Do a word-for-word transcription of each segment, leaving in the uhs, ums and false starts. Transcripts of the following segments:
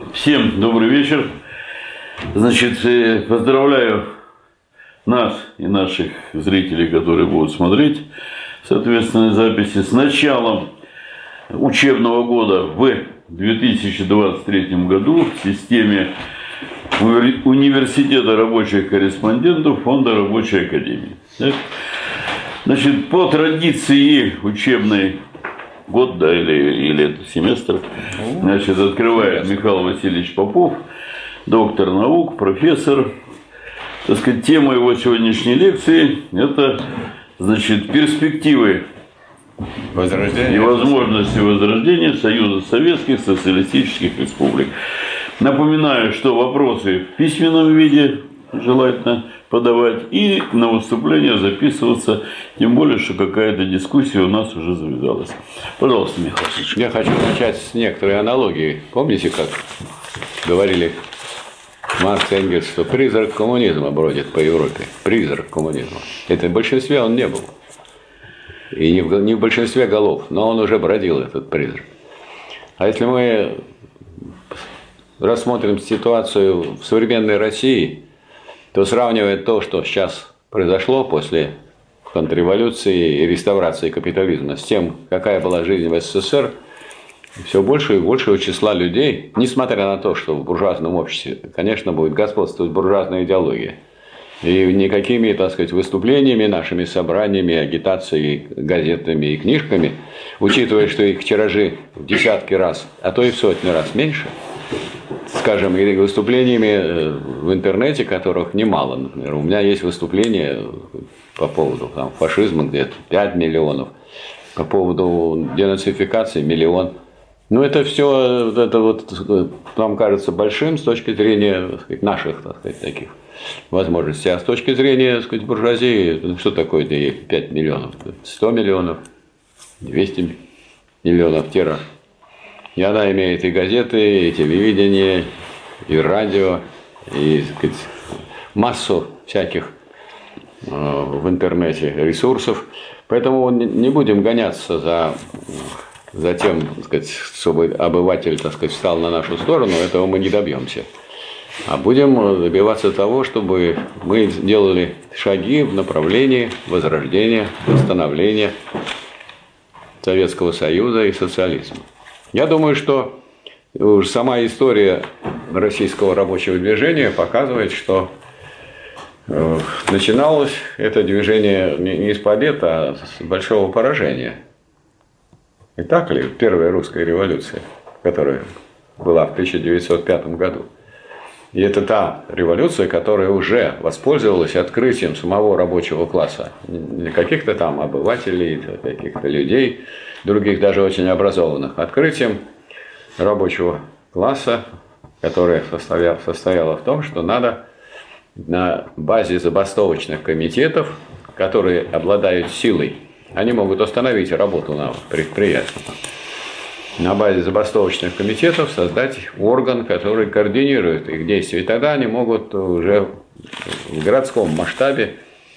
Всем добрый вечер. Значит, поздравляю нас и наших зрителей, которые будут смотреть соответственные записи, с началом учебного года в две тысячи двадцать третьем году в системе Университета рабочих корреспондентов Фонда Рабочей Академии. Значит, по традиции учебной год, да, или, или семестр, значит, открывает Михаил Васильевич Попов, доктор наук, профессор. Так сказать, тема его сегодняшней лекции – это, значит, перспективы возрождения и возможности возрождения Союза Советских Социалистических Республик. Напоминаю, что вопросы в письменном виде желательно подавать и на выступление записываться, тем более, что какая-то дискуссия у нас уже завязалась. Пожалуйста, Михаил Васильевич. Я хочу начать с некоторой аналогии. Помните, как говорили Маркс и Энгельс, что призрак коммунизма бродит по Европе? Призрак коммунизма. Это в большинстве он не был. И не в, не в большинстве голов, но он уже бродил, этот призрак. А если мы рассмотрим ситуацию в современной России, то сравнивая то, что сейчас произошло после контрреволюции и реставрации капитализма, с тем, какая была жизнь в СССР, все больше и больше числа людей, несмотря на то, что в буржуазном обществе, конечно, будет господствовать буржуазная идеология, и никакими, так сказать, выступлениями, нашими собраниями, агитацией, газетами и книжками, учитывая, что их тиражи в десятки раз, а то и в сотни раз меньше, скажем, или выступлениями в интернете, которых немало. Например, у меня есть выступления по поводу там, фашизма где-то пять миллионов, по поводу денацификации миллион. Ну, это все, это вот нам кажется большим с точки зрения, так сказать, наших, так сказать, таких возможностей. А с точки зрения, так сказать, буржуазии, что такое пять миллионов? сто миллионов, двести миллионов тираж. И она имеет и газеты, и телевидение, и радио, и, так сказать, массу всяких э, в интернете ресурсов. Поэтому не будем гоняться за, за тем, так сказать, чтобы обыватель, так сказать, встал на нашу сторону, этого мы не добьемся. А будем добиваться того, чтобы мы делали шаги в направлении возрождения, восстановления Советского Союза и социализма. Я думаю, что уж сама история российского рабочего движения показывает, что э, начиналось это движение не с побед, а с большого поражения. И так ли? Первая русская революция, которая была в тысяча девятьсот пятом году. И это та революция, которая уже воспользовалась открытием самого рабочего класса. Не каких-то там обывателей, каких-то людей, других даже очень образованных. Открытием рабочего класса, которое состояло, состояло в том, что надо на базе забастовочных комитетов, которые обладают силой, они могут остановить работу на предприятии. На базе забастовочных комитетов создать орган, который координирует их действия. И тогда они могут уже в городском масштабе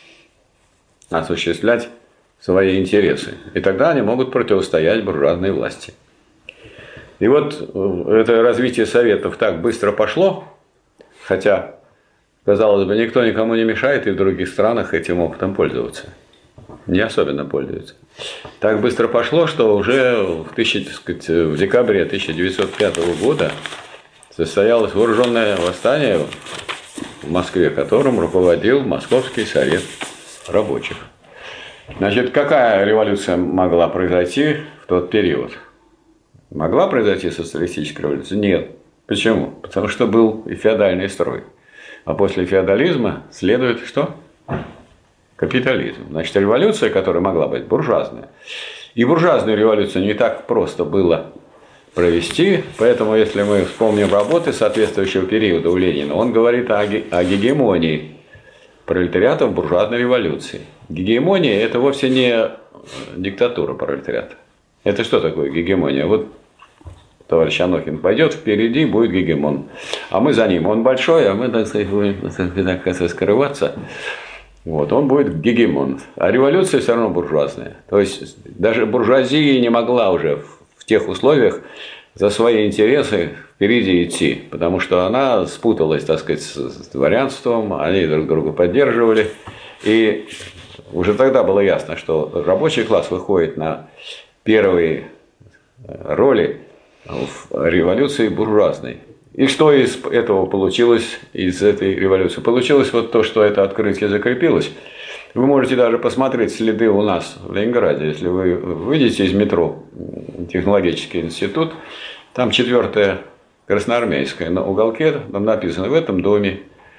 осуществлять свои интересы. И тогда они могут противостоять буржуазной власти. И вот это развитие Советов так быстро пошло, хотя, казалось бы, никто никому не мешает, и в других странах этим опытом пользоваться. Не особенно пользуются. Так быстро пошло, что уже в, тысяча, так сказать, в декабре тысяча девятьсот пятого года состоялось вооруженное восстание в Москве, которым руководил Московский совет рабочих. Значит, какая революция могла произойти в тот период? Могла произойти социалистическая революция? Нет. Почему? Потому что был и феодальный строй. А после феодализма следует что? Капитализм. Значит, революция, которая могла быть буржуазная. И буржуазную революцию не так просто было провести, поэтому, если мы вспомним работы соответствующего периода у Ленина, он говорит о, о гегемонии пролетариата в буржуазной революции. Гегемония – это вовсе не диктатура пролетариата. Это что такое гегемония? Вот товарищ Анохин пойдет впереди, будет гегемон. А мы за ним. Он большой, а мы, так сказать, будем так сказать, скрываться. Вот, он будет гегемон. А революция все равно буржуазная. То есть даже буржуазия не могла уже в в тех условиях за свои интересы впереди идти, потому что она спуталась, так сказать, с дворянством, они друг друга поддерживали, и уже тогда было ясно, что рабочий класс выходит на первые роли в революции буржуазной. И что из этого получилось, из этой революции? Получилось вот то, что это открытие закрепилось. Вы можете даже посмотреть следы у нас в Ленинграде. Если вы выйдете из метро, технологический институт, там четвертая Красноармейская, на уголке там написано: в этом доме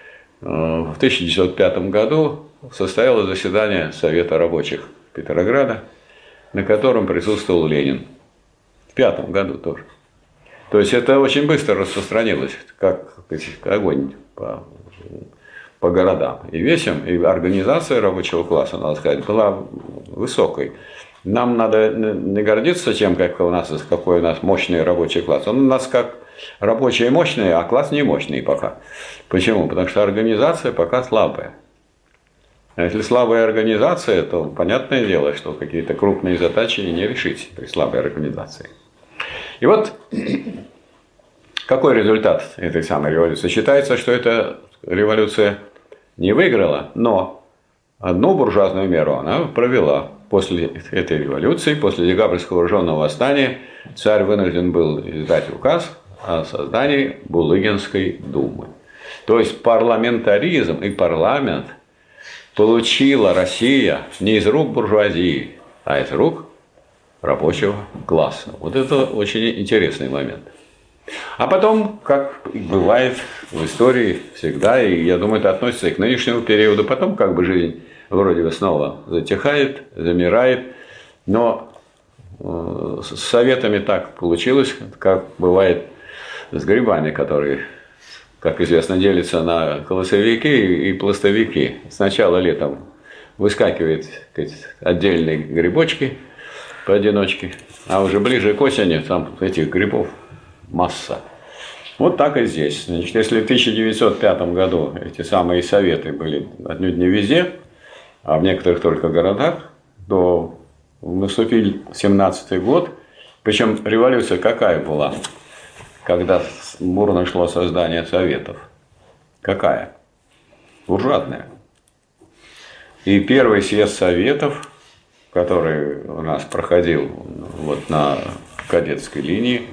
в тысяча девятьсот пятом году состоялось заседание Совета рабочих Петрограда, на котором присутствовал Ленин. В пятом году тоже. То есть это очень быстро распространилось, как огонь по, по городам и весям. И организация рабочего класса, надо сказать, была высокой. Нам надо не гордиться тем, как у нас, какой у нас мощный рабочий класс. Он у нас как рабочие мощные, а класс не мощный пока. Почему? Потому что организация пока слабая. А если слабая организация, то понятное дело, что какие-то крупные задачи не решить при слабой организации. И вот какой результат этой самой революции? Считается, что эта революция не выиграла, но одну буржуазную меру она провела. После этой революции, после декабрьского вооруженного восстания, царь вынужден был издать указ о создании Булыгинской думы. То есть парламентаризм и парламент получила Россия не из рук буржуазии, а из рук рабочего класса. Вот это очень интересный момент. А потом, как бывает в истории всегда, и я думаю, это относится и к нынешнему периоду, потом как бы жизнь вроде бы снова затихает, замирает, но с советами так получилось, как бывает с грибами, которые, как известно, делятся на колосовики и пластовики. Сначала летом выскакивают, так сказать, отдельные грибочки поодиночке, а уже ближе к осени там этих грибов масса. Вот так и здесь. Значит, если в тысяча девятьсот пятом году эти самые советы были отнюдь не везде, а в некоторых только городах, то наступил семнадцатый год. Причем революция какая была, когда бурно шло создание советов? Какая? Буржуазная. И первый съезд советов, который у нас проходил вот на кадетской линии,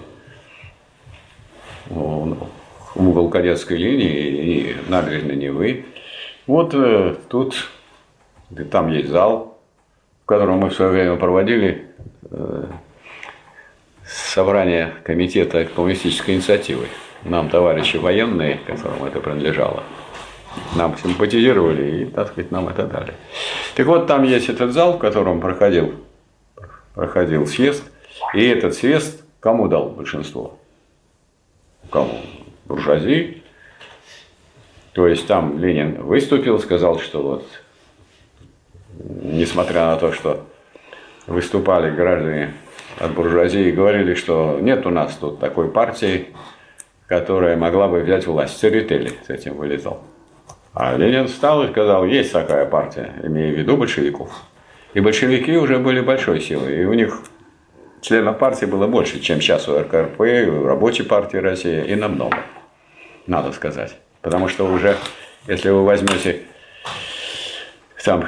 угол кадетской линии и набережной Невы. Вот э, тут, там есть зал, в котором мы в свое время проводили э, собрание комитета коммунистической инициативы. Нам товарищи военные, которым это принадлежало, нам симпатизировали и, так сказать, нам это дали. Так вот, там есть этот зал, в котором проходил, проходил съезд, и этот съезд кому дал большинство? Кому? Буржуазии. То есть там Ленин выступил, сказал, что вот, несмотря на то, что выступали граждане от буржуазии и говорили, что нет у нас тут такой партии, которая могла бы взять власть. Церетели с этим вылезал. А Ленин встал и сказал, есть такая партия, имея в виду большевиков. И большевики уже были большой силой, и у них членов партии было больше, чем сейчас у эр ка эр пэ, у Рабочей партии России, и намного, надо сказать. Потому что уже, если вы возьмете там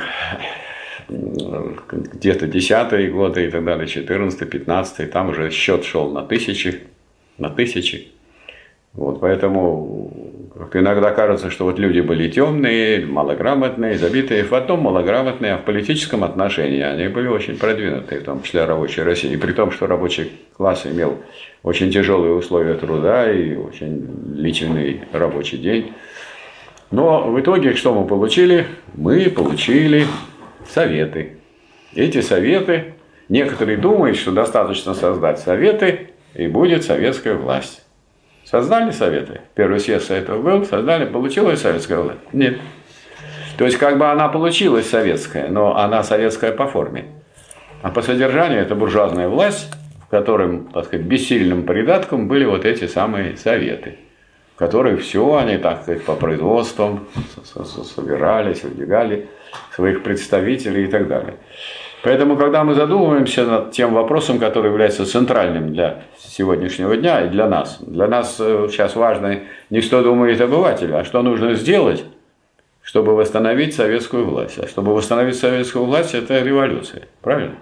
где-то десятые годы и так далее, четырнадцатый, пятнадцатый, там уже счет шел на тысячи, на тысячи. Вот, поэтому иногда кажется, что вот люди были темные, малограмотные, забитые в одном малограмотные, а в политическом отношении они были очень продвинутые, в том числе рабочей России. И при том, что рабочий класс имел очень тяжелые условия труда и очень длительный рабочий день. Но в итоге что мы получили? Мы получили советы. Эти советы, некоторые думают, что достаточно создать советы, и будет советская власть. Создали советы. Первый съезд советов был, создали, получилась советская власть? Нет. То есть, как бы она получилась советская, но она советская по форме. А по содержанию это буржуазная власть, в котором, так сказать, бессильным придатком были вот эти самые советы, которые все они, так сказать, по производствам собирались, выдвигали своих представителей и так далее. Поэтому, когда мы задумываемся над тем вопросом, который является центральным для сегодняшнего дня и для нас, для нас сейчас важно не что думает обыватель, а что нужно сделать, чтобы восстановить советскую власть. А чтобы восстановить советскую власть, это революция. Правильно?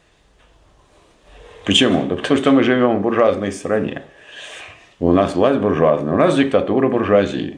Почему? Да потому что мы живем в буржуазной стране. У нас власть буржуазная, у нас диктатура буржуазии.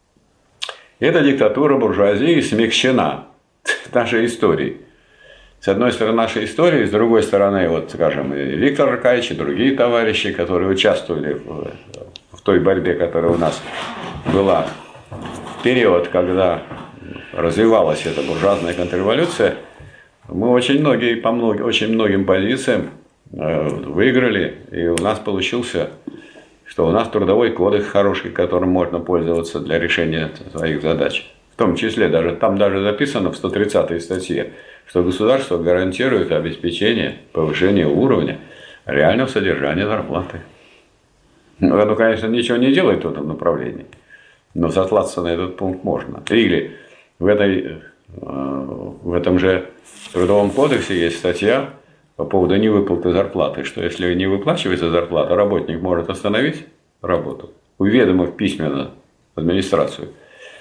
Эта диктатура буржуазии смягчена нашей историей. С одной стороны, нашей истории, с другой стороны, вот, скажем, и Виктор Аркадьевич, и другие товарищи, которые участвовали в, в той борьбе, которая у нас была в период, когда развивалась эта буржуазная контрреволюция, мы очень многие, по многим, очень многим позициям э, выиграли, и у нас получился, что у нас трудовой кодекс хороший, которым можно пользоваться для решения своих задач. В том числе, даже, там даже записано в сто тридцатой статье, что государство гарантирует обеспечение повышения уровня реального содержания зарплаты. Оно, конечно, ничего не делает в этом направлении, но сослаться на этот пункт можно. Или в, этой, в этом же Трудовом кодексе есть статья по поводу невыплаты зарплаты, что если не выплачивается зарплата, работник может остановить работу, уведомив письменно администрацию.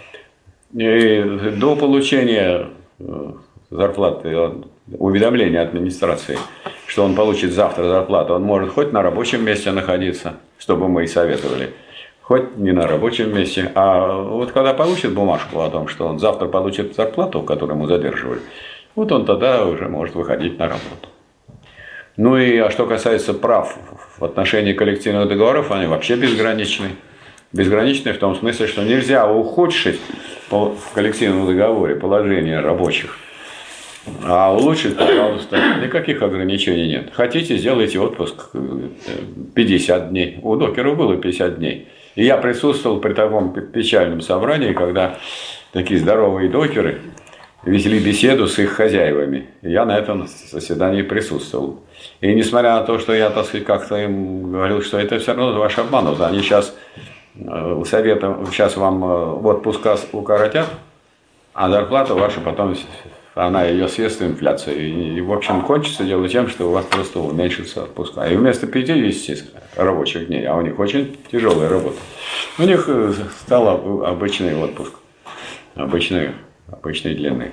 И до получения зарплаты, уведомления администрации, что он получит завтра зарплату, он может хоть на рабочем месте находиться, чтобы мы и советовали, хоть не на рабочем месте. А вот когда получит бумажку о том, что он завтра получит зарплату, которую ему задерживали, вот он тогда уже может выходить на работу. Ну и а что касается прав в отношении коллективных договоров, они вообще безграничны. Безграничны в том смысле, что нельзя ухудшить в коллективном договоре положение рабочих. А улучшить, пожалуйста, никаких ограничений нет. Хотите, сделайте отпуск пятьдесят дней. У докеров было пятьдесят дней. И я присутствовал при таком печальном собрании, когда такие здоровые докеры вели беседу с их хозяевами. И я на этом заседании присутствовал. И несмотря на то, что я, так сказать, как-то им говорил, что это все равно ваш обман, вот они сейчас советом, сейчас вам отпуск укоротят, а зарплата ваша потом, она ее съест инфляция. И, в общем, кончится дело тем, что у вас просто уменьшится отпуска. И вместо пятидесяти рабочих дней, а у них очень тяжелая работа, у них стал обычный отпуск, обычной, обычной длины.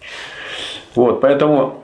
Вот, поэтому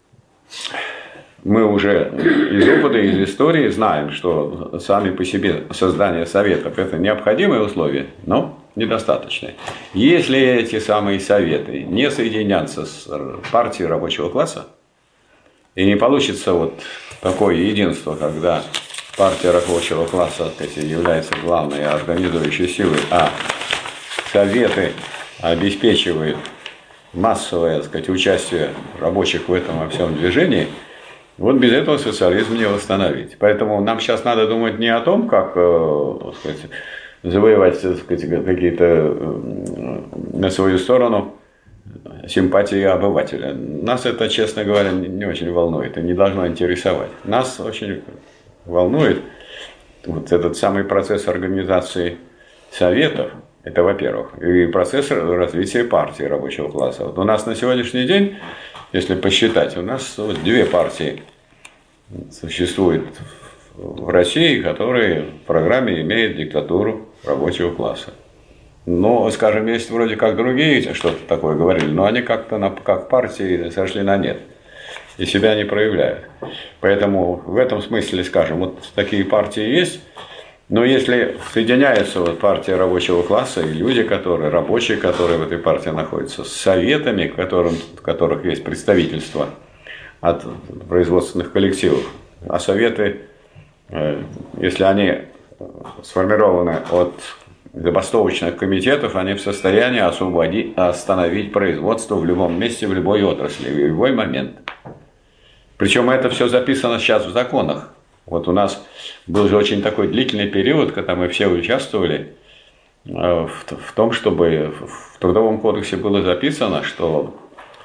мы уже из опыта, из истории знаем, что сами по себе создание советов – это необходимые условия, но недостаточные. Если эти самые советы не соединятся с партией рабочего класса, и не получится вот такое единство, когда партия рабочего класса, так сказать, является главной организующей силой, а советы обеспечивают массовое, так сказать, участие рабочих в этом во всем движении, вот без этого социализм не восстановить. Поэтому нам сейчас надо думать не о том, как, так сказать, завоевать, так сказать, какие-то на свою сторону симпатии обывателя. Нас это, честно говоря, не очень волнует и не должно интересовать. Нас очень волнует вот этот самый процесс организации советов. Это, во-первых, и процесс развития партии рабочего класса. Вот у нас на сегодняшний день, если посчитать, у нас вот две партии существуют в России, которые в программе имеют диктатуру рабочего класса. Но, скажем, есть вроде как другие что-то такое говорили, но они как-то на, как партии сошли на нет и себя не проявляют. Поэтому в этом смысле, скажем, вот такие партии есть. Но если соединяется вот партия рабочего класса и люди, которые, рабочие, которые в этой партии находятся, с советами, в, котором, в которых есть представительство от производственных коллективов, а советы, если они сформированы от забастовочных комитетов, они в состоянии освободить, остановить производство в любом месте, в любой отрасли, в любой момент. Причем это все записано сейчас в законах. Вот у нас был же очень такой длительный период, когда мы все участвовали в, в том, чтобы в Трудовом кодексе было записано, что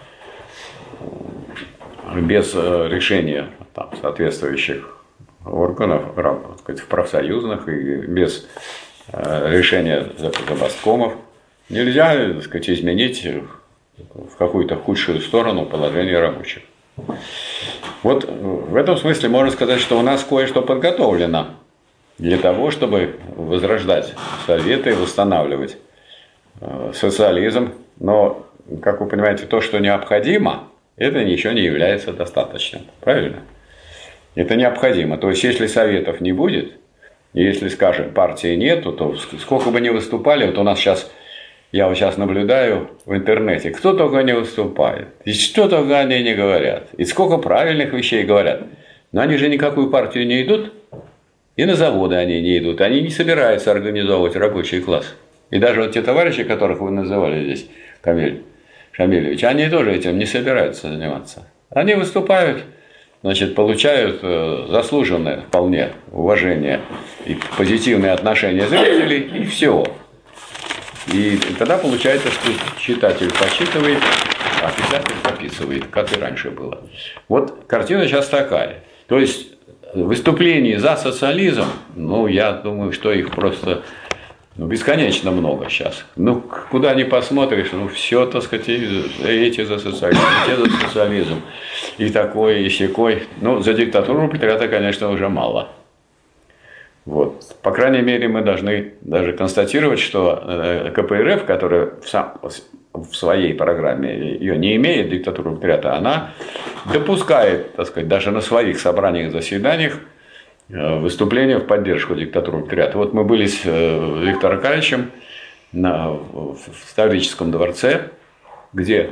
без решения там, соответствующих органов, в профсоюзных и без решения забасткомов нельзя, так сказать, изменить в какую-то худшую сторону положение рабочих. Вот в этом смысле можно сказать, что у нас кое-что подготовлено для того, чтобы возрождать Советы и восстанавливать социализм. Но, как вы понимаете, то, что необходимо, это ничего не является достаточным. Правильно? Это необходимо. То есть, если Советов не будет, если, скажем, партии нету, то сколько бы ни выступали, вот у нас сейчас, я вот сейчас наблюдаю в интернете, кто только не выступает, и что только они не говорят, и сколько правильных вещей говорят. Но они же никакую партию не идут, и на заводы они не идут, они не собираются организовывать рабочий класс. И даже вот те товарищи, которых вы называли здесь, Камиль Шамилевич, они тоже этим не собираются заниматься. Они выступают, значит, получают заслуженное вполне уважение и позитивные отношения зрителей, и все. И тогда получается, что читатель почитывает, а писатель записывает, как и раньше было. Вот картина сейчас такая. То есть выступлений за социализм, ну, я думаю, что их просто ну, бесконечно много сейчас. Ну, куда ни посмотришь, ну, все, так сказать, эти за социализм, те за социализм, и такой, и сякой. Ну, за диктатуру пролетариата, конечно, уже мало. Вот. По крайней мере, мы должны даже констатировать, что ка пэ эр эф, которая в, сам, в своей программе ее не имеет, диктатуру пролетариата, она допускает, так сказать, даже на своих собраниях, заседаниях выступления в поддержку диктатуры пролетариата. Вот мы были с Виктором Аркадьевичем на, в Таврическом дворце, где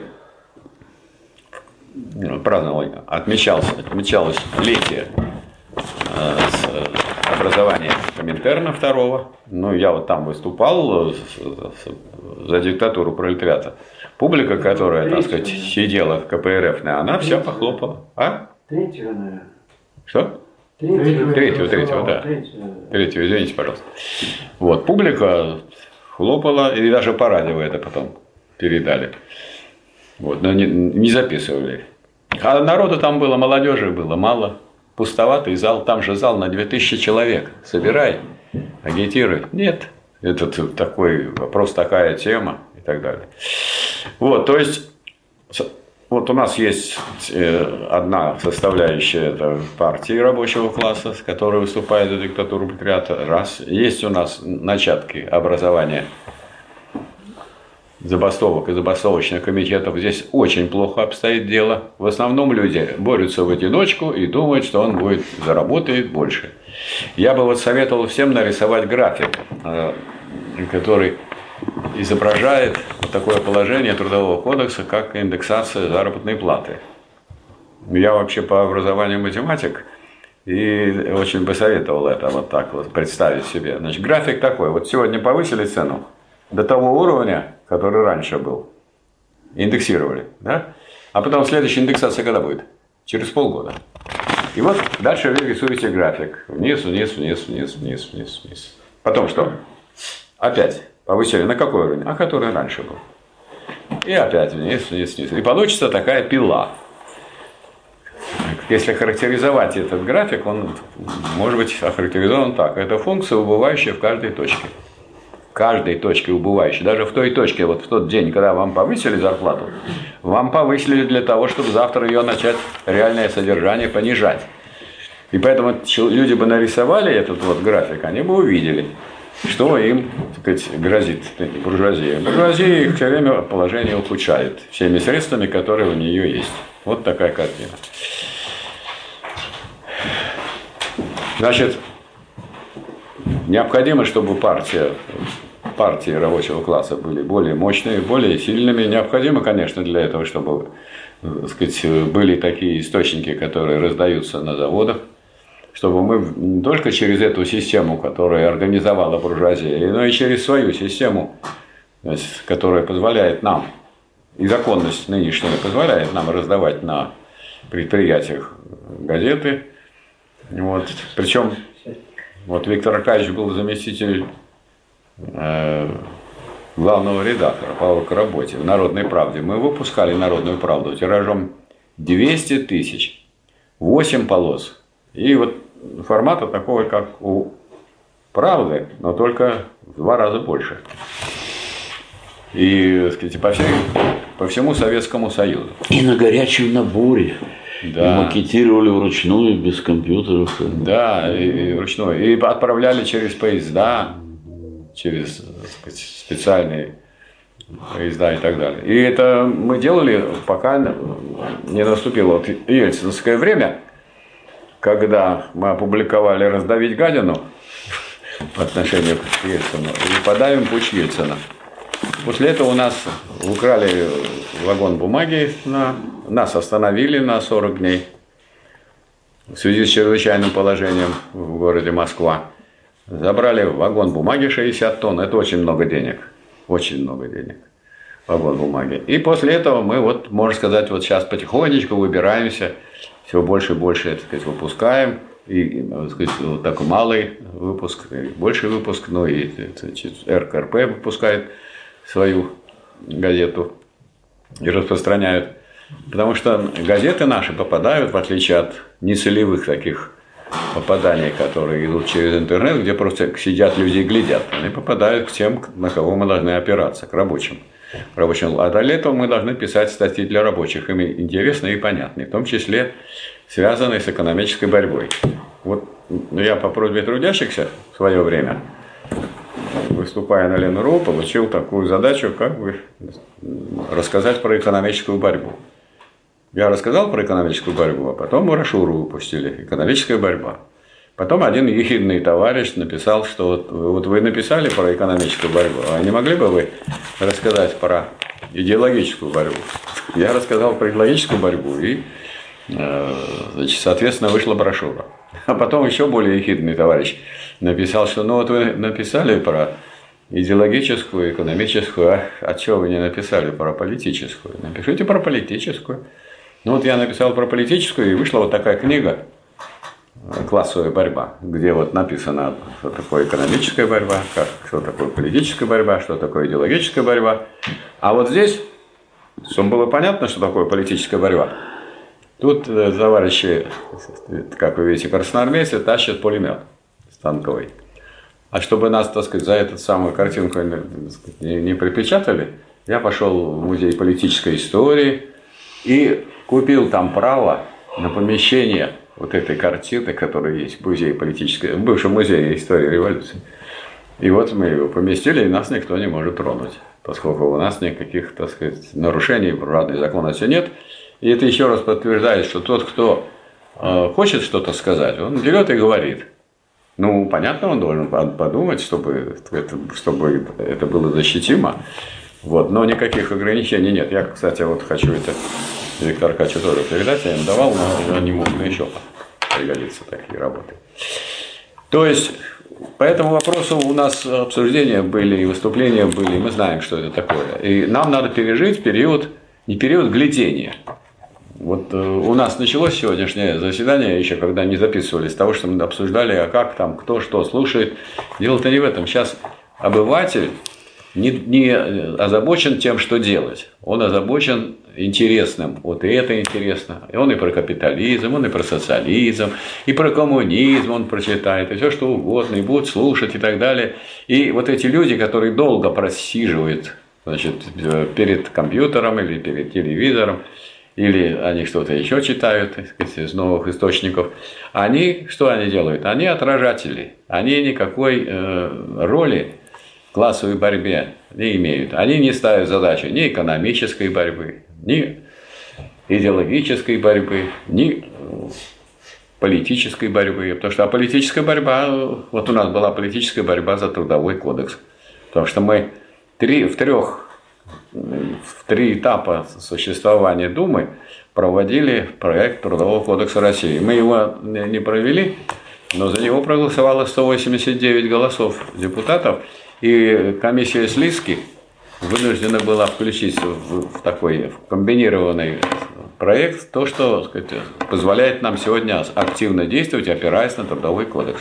праздновали, отмечалось, отмечалось летие образования Коминтерна второго. Ну, я вот там выступал за диктатуру пролетариата. Публика, которая, так сказать, сидела в ка пэ эр эф, она вся похлопала. А? Третьего, наверное. Что? Третьего, третьего, третьего, да. Третьего. Третьего, извините, пожалуйста. Вот, публика хлопала, и даже по радио это потом передали. Вот, но не, не записывали. А народу там было, молодежи было мало. Пустоватый зал, там же зал на две тысячи человек. Собирай, агитируй. Нет, это такой вопрос, такая тема и так далее. Вот, то есть, вот у нас есть одна составляющая это партии рабочего класса, которая выступает за диктатуру пролетариата. Раз. Есть у нас начатки образования забастовок и забастовочных комитетов. Здесь очень плохо обстоит дело. В основном люди борются в одиночку и думают, что он будет заработает больше. Я бы вот советовал всем нарисовать график, который изображает вот такое положение Трудового кодекса, как индексация заработной платы. Я вообще по образованию математик и очень бы советовал это вот так вот представить себе. Значит, график такой. Вот сегодня повысили цену до того уровня, который раньше был. Индексировали. Да? А потом следующая индексация когда будет? Через полгода. И вот дальше вы рисуете график. Вниз, вниз, вниз, вниз, вниз, вниз, вниз. Потом что? Опять повысили. На какой уровень? А который раньше был. И опять вниз, вниз, вниз. И получится такая пила. Если характеризовать этот график, он может быть охарактеризован так. Это функция, убывающая в каждой точке. Каждой точке убывающей. Даже в той точке, вот в тот день, когда вам повысили зарплату, вам повысили для того, чтобы завтра ее начать реальное содержание понижать. И поэтому люди бы нарисовали этот вот график, они бы увидели, что им, так сказать, грозит буржуазия. Буржуазия их все время положение ухудшает всеми средствами, которые у нее есть. Вот такая картина. Значит, необходимо, чтобы партия, партии рабочего класса были более мощными, более сильными. Необходимо, конечно, для этого, чтобы, так сказать, были такие источники, которые раздаются на заводах, чтобы мы не только через эту систему, которую организовала буржуазия, но и через свою систему, которая позволяет нам, и законность нынешняя позволяет нам раздавать на предприятиях газеты. Вот. Причем вот Виктор Аркадьевич был заместитель э, главного редактора по работе в «Народной правде». Мы выпускали «Народную правду» тиражом двести тысяч, восемь полос. И вот формата такого, как у «Правды», но только в два раза больше. И, так сказать, по, всей, по всему Советскому Союзу. И на горячем наборе. Да. И макетировали вручную, без компьютеров. Да, и, и вручную. И отправляли через поезда, через, так сказать, специальные поезда и так далее. И это мы делали, пока не наступило вот ельциновское время, когда мы опубликовали «Раздавить гадину» по отношению к Ельцину и «Подавим путь Ельцина». После этого у нас украли вагон бумаги, на, нас остановили на сорок дней в связи с чрезвычайным положением в городе Москва. Забрали вагон бумаги шестьдесят тонн, это очень много денег, очень много денег, вагон бумаги. И после этого мы, вот, можно сказать, вот сейчас потихонечку выбираемся, все больше и больше, так сказать, выпускаем. И, так сказать, вот такой малый выпуск, и больший выпуск, ну и значит, эр ка эр пэ выпускает свою газету и распространяют. Потому что газеты наши попадают, в отличие от нецелевых таких попаданий, которые идут через интернет, где просто сидят люди и глядят. Они попадают к тем, на кого мы должны опираться, к рабочим. рабочим. А для этого мы должны писать статьи для рабочих, им интересные и понятные, в том числе связанные с экономической борьбой. Вот я по просьбе трудящихся в свое время, выступая на Ленру, получил такую задачу, как бы рассказать про экономическую борьбу. Я рассказал про экономическую борьбу, а потом брошюру выпустили «Экономическая борьба». Потом один ехидный товарищ написал, что вот, вот вы написали про экономическую борьбу, а не могли бы вы рассказать про идеологическую борьбу? Я рассказал про идеологическую борьбу, и, значит, соответственно, вышла брошюра. А потом еще более ехидный товарищ написал, что ну вот вы написали про идеологическую, экономическую, а, а что вы не написали про политическую? Напишите про политическую. Ну вот я написал про политическую, и вышла вот такая книга «Классовая борьба», где вот написано, что такое экономическая борьба, как, что такое политическая борьба, что такое идеологическая борьба. А вот здесь, чтобы было понятно, что такое политическая борьба, тут товарищи, как вы видите, красноармейцы тащат пулемет станковый. А чтобы нас, так сказать, за эту самую картинку не, не припечатали, я пошел в музей политической истории и купил там право на помещение вот этой картины, которая есть в музее политической, в бывшем музее истории революции. И вот мы его поместили, и нас никто не может тронуть, поскольку у нас никаких, так сказать, нарушений правовой законности нет. И это еще раз подтверждает, что тот, кто э, хочет что-то сказать, он берет и говорит. Ну, понятно, он должен подумать, чтобы это, чтобы это было защитимо. Вот, но никаких ограничений нет. Я, кстати, вот хочу это Виктору Аркадьевичу тоже передать, я им давал, но они могут еще пригодиться такие работы. То есть, по этому вопросу у нас обсуждения были, и выступления были, и мы знаем, что это такое. И нам надо пережить период, не период глядения. Вот у нас началось сегодняшнее заседание, еще когда не записывались, с того, что мы обсуждали, а как там, кто что слушает. Дело-то не в этом. Сейчас обыватель не, не озабочен тем, что делать. Он озабочен интересным. Вот и это интересно. И он и про капитализм, он и про социализм, и про коммунизм он прочитает, и все что угодно, и будет слушать и так далее. И вот эти люди, которые долго просиживают, значит, перед компьютером или перед телевизором, или они что-то еще читают, так сказать, из новых источников, они, что они делают? Они отражатели. Они никакой э, роли в классовой борьбе не имеют. Они не ставят задачи ни экономической борьбы, ни идеологической борьбы, ни политической борьбы. Потому что а политическая борьба, вот у нас была политическая борьба за трудовой кодекс. Потому что мы три, в трех в три этапа существования Думы проводили проект Трудового кодекса России. Мы его не провели, но за него проголосовало сто восемьдесят девять голосов депутатов, и комиссия Слизки вынуждена была включить в такой комбинированный проект то, что, так сказать, позволяет нам сегодня активно действовать, опираясь на Трудовой кодекс.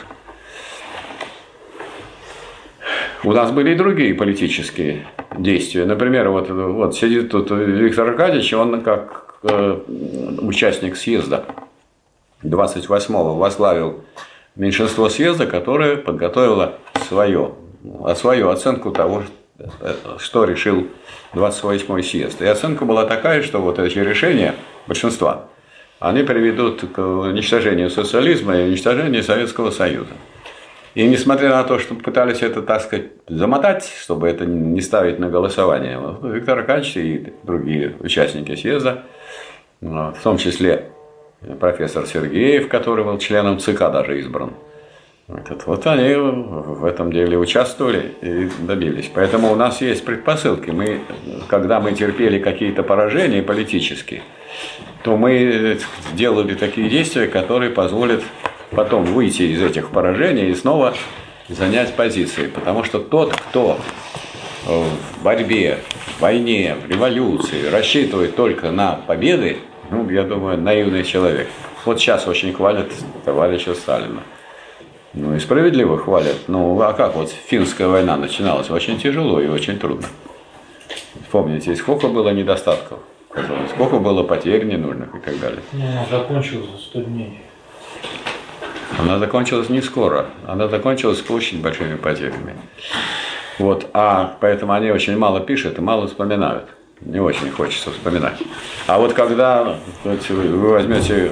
У нас были и другие политические действия. Например, вот, вот сидит тут Виктор Аркадьевич, он как э, участник съезда двадцать восьмого возглавил меньшинство съезда, которое подготовило свое, свою оценку того, что решил двадцать восьмой съезд. И оценка была такая, что вот эти решения большинства они приведут к уничтожению социализма и уничтожению Советского Союза. И несмотря на то, что пытались это, так сказать, замотать, чтобы это не ставить на голосование, Виктор Аркадьевич и другие участники съезда, в том числе профессор Сергеев, который был членом ЦК даже избран, вот они в этом деле участвовали и добились. Поэтому у нас есть предпосылки. Мы, когда мы терпели какие-то поражения политические, то мы делали такие действия, которые позволят потом выйти из этих поражений и снова занять позиции. Потому что тот, кто в борьбе, в войне, в революции рассчитывает только на победы, ну, я думаю, наивный человек. Вот сейчас очень хвалят товарища Сталина. Ну и справедливо хвалят. Ну, а как вот финская война начиналась? Очень тяжело и очень трудно. Помните, сколько было недостатков, сколько было потерь ненужных и так далее. Ну, она закончилась за сто дней. Она закончилась не скоро. Она закончилась с очень большими потерями. Вот. А поэтому они очень мало пишут и мало вспоминают. Не очень хочется вспоминать. А вот когда вот, вы возьмете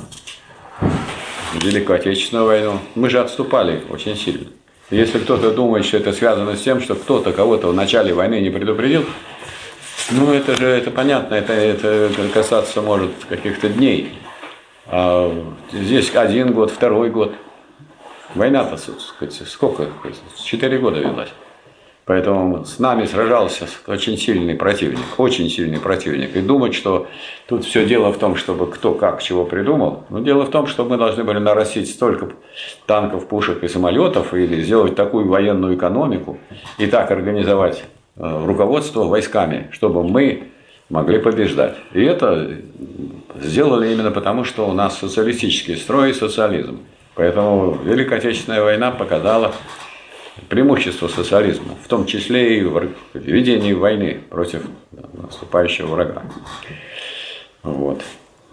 Великую Отечественную войну, мы же отступали очень сильно. Если кто-то думает, что это связано с тем, что кто-то кого-то в начале войны не предупредил, ну это же это понятно, это, это касаться может каких-то дней. А здесь один год, второй год. Война-то сколько? Четыре года велась. Поэтому с нами сражался очень сильный противник, очень сильный противник. И думать, что тут все дело в том, чтобы кто как чего придумал. Но дело в том, что мы должны были нарастить столько танков, пушек и самолетов, или сделать такую военную экономику, и так организовать руководство войсками, чтобы мы могли побеждать. И это сделали именно потому, что у нас социалистический строй и социализм. Поэтому Великая Отечественная война показала преимущество социализма, в том числе и в ведении войны против наступающего врага. Вот.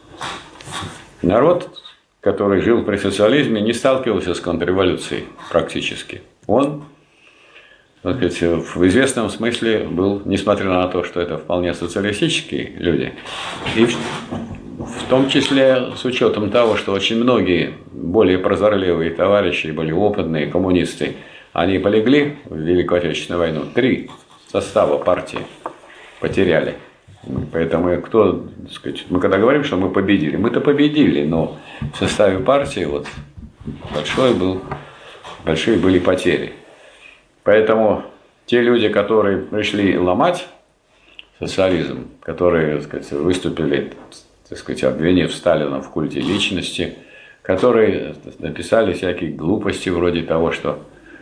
Народ, который жил при социализме, не сталкивался с контрреволюцией практически. Он, так сказать, в известном смысле был, несмотря на то, что это вполне социалистические люди, и в, в том числе с учетом того, что очень многие более прозорливые товарищи, более опытные коммунисты, они полегли в Великую Отечественную войну. Три состава партии потеряли. Поэтому кто, так сказать, мы когда говорим, что мы победили, мы-то победили, но в составе партии вот большой был, большие были потери. Поэтому те люди, которые пришли ломать социализм, которые, так сказать, выступили, так сказать, обвинив Сталина в культе личности, которые написали всякие глупости вроде того, что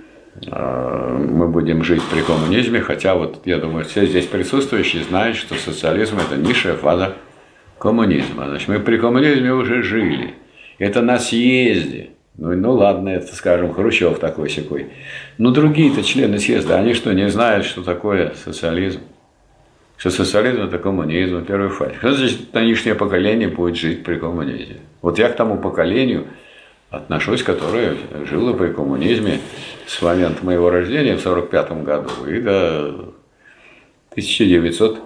мы будем жить при коммунизме, хотя вот я думаю, все здесь присутствующие знают, что социализм – это низшая фаза коммунизма. Значит, мы при коммунизме уже жили. Это на съезде. Ну, ну ладно, это, скажем, Хрущев такой-сякой. Но другие-то члены съезда, они что, не знают, что такое социализм? Что социализм – это коммунизм в первой фазе. Что значит, нынешнее поколение будет жить при коммунизме? Вот я к тому поколению отношусь, которое жило при коммунизме с момента моего рождения в сорок пятом году и до тысяча девятьсот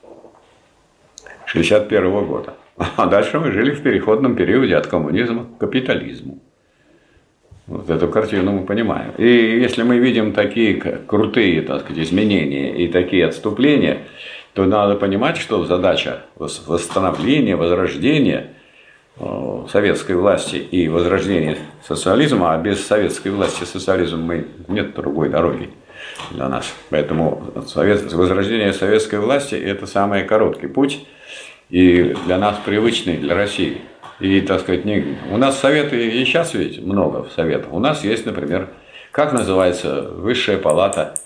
шестьдесят первого года. А дальше мы жили в переходном периоде от коммунизма к капитализму. Вот эту картину мы понимаем. И если мы видим такие крутые, так сказать, изменения и такие отступления, то надо понимать, что задача восстановления, возрождения советской власти и возрождения социализма, а без советской власти и социализма мы, нет другой дороги для нас. Поэтому совет, возрождение советской власти – это самый короткий путь и для нас привычный, для России. И, так сказать, не, у нас советы и сейчас ведь много в советах. У нас есть, например, как называется Высшая палата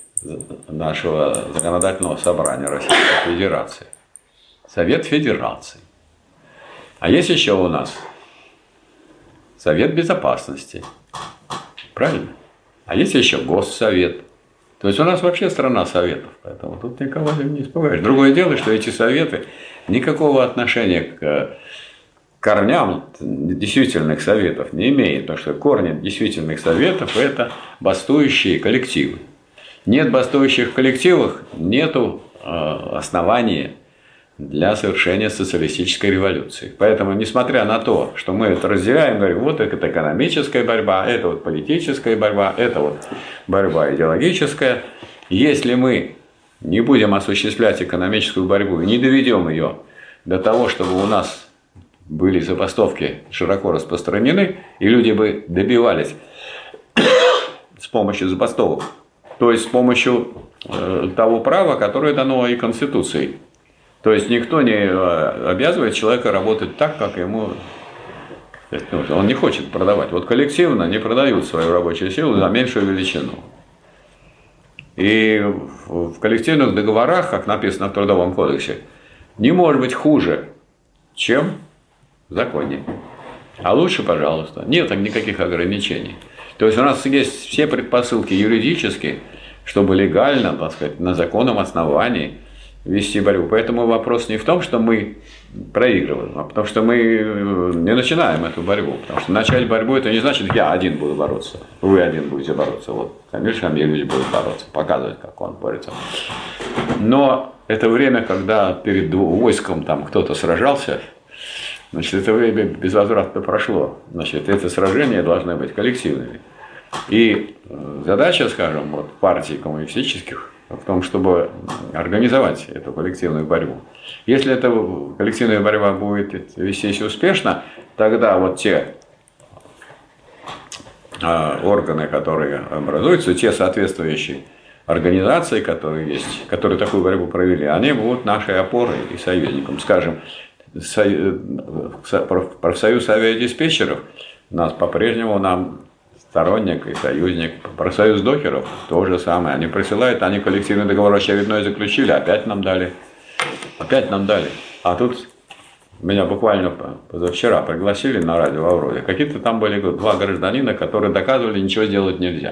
нашего законодательного собрания Российской Федерации? Совет Федерации. А есть еще у нас Совет Безопасности. Правильно? А есть еще Госсовет. То есть у нас вообще страна советов, поэтому тут никого не испугаешь. Другое дело, что эти советы никакого отношения к корням действительных советов не имеют, потому что корни действительных советов – это бастующие коллективы. Нет бастующих коллективов, нету основания для совершения социалистической революции. Поэтому, несмотря на то, что мы это разделяем, говорим, вот это экономическая борьба, это вот политическая борьба, это вот борьба идеологическая, если мы не будем осуществлять экономическую борьбу и не доведем ее до того, чтобы у нас были забастовки широко распространены, и люди бы добивались с помощью забастовок, то есть с помощью э, того права, которое дано и Конституцией. То есть никто не обязывает человека работать так, как ему нужно. Он не хочет продавать. Вот коллективно не продают свою рабочую силу за меньшую величину. И в коллективных договорах, как написано в Трудовом кодексе, не может быть хуже, чем в законе. А лучше, пожалуйста. Нет никаких ограничений. То есть у нас есть все предпосылки юридические, чтобы легально, так сказать, на законном основании вести борьбу. Поэтому вопрос не в том, что мы проигрываем, а потому что мы не начинаем эту борьбу. Потому что начать борьбу — это не значит, я один буду бороться, вы один будете бороться. Вот Камиль Шамиль люди будут бороться, показывать, как он борется. Но это время, когда перед войском там кто-то сражался, значит, это время безвозвратно прошло. Значит, это сражения должны быть коллективными. И задача, скажем, вот партий коммунистических в том, чтобы организовать эту коллективную борьбу. Если эта коллективная борьба будет вестись успешно, тогда вот те органы, которые образуются, те соответствующие организации, которые есть, которые такую борьбу провели, они будут нашей опорой и союзником. Скажем, профсоюз авиадиспетчеров нас по-прежнему нам сторонник и союзник. Профсоюз докеров то же самое. Они присылают, они коллективный договор очередной заключили, опять нам дали. Опять нам дали. А тут меня буквально позавчера пригласили на радио Авроре. Какие-то там были два гражданина, которые доказывали, ничего сделать нельзя.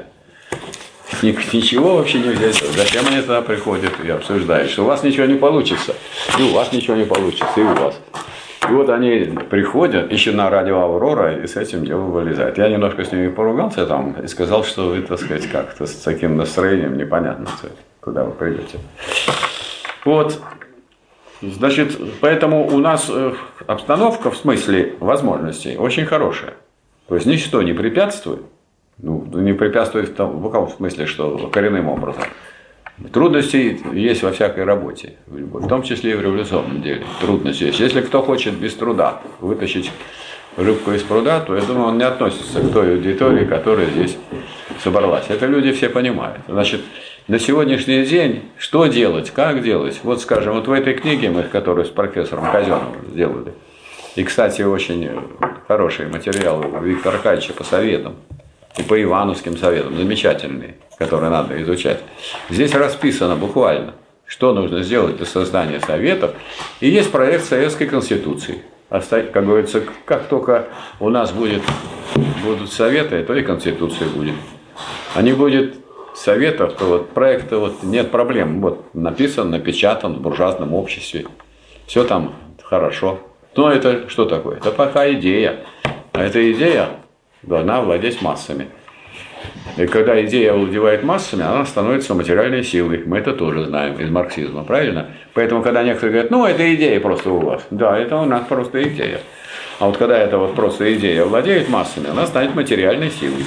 Ничего вообще нельзя сделать. Зачем они туда приходят и обсуждают, что у вас ничего не получится, и у вас ничего не получится, и у вас. И вот они приходят, еще на радио Аврора, и с этим делом вылезают. Я немножко с ними поругался там и сказал, что вы, так сказать, как-то с таким настроением непонятно, куда вы придете. Вот, значит, поэтому у нас обстановка в смысле возможностей очень хорошая. То есть ничто не препятствует, ну, не препятствует в, том, в каком смысле, что коренным образом. Трудности есть во всякой работе, в том числе и в революционном деле. Трудности есть. Если кто хочет без труда вытащить рыбку из пруда, то я думаю, он не относится к той аудитории, которая здесь собралась. Это люди все понимают. Значит, на сегодняшний день что делать, как делать? Вот, скажем, вот в этой книге, мы, которую с профессором Казеновым сделали, и, кстати, очень хороший материал Виктора Аркадьевича по советам, и по ивановским советам, замечательные, которые надо изучать. Здесь расписано буквально, что нужно сделать для создания советов. И есть проект Советской Конституции. Как говорится, как только у нас будет, будут советы, то и Конституция будет. А не будет советов, то вот проекта вот нет проблем. Вот написан, напечатан в буржуазном обществе. Все там хорошо. Но это что такое? Это пока идея. А эта идея должна владеть массами. И когда идея овладевает массами, она становится материальной силой. Мы это тоже знаем из марксизма, правильно? Поэтому, когда некоторые говорят, ну, это идея просто у вас. Да, это у нас просто идея. А вот когда эта вот просто идея владеет массами, она станет материальной силой.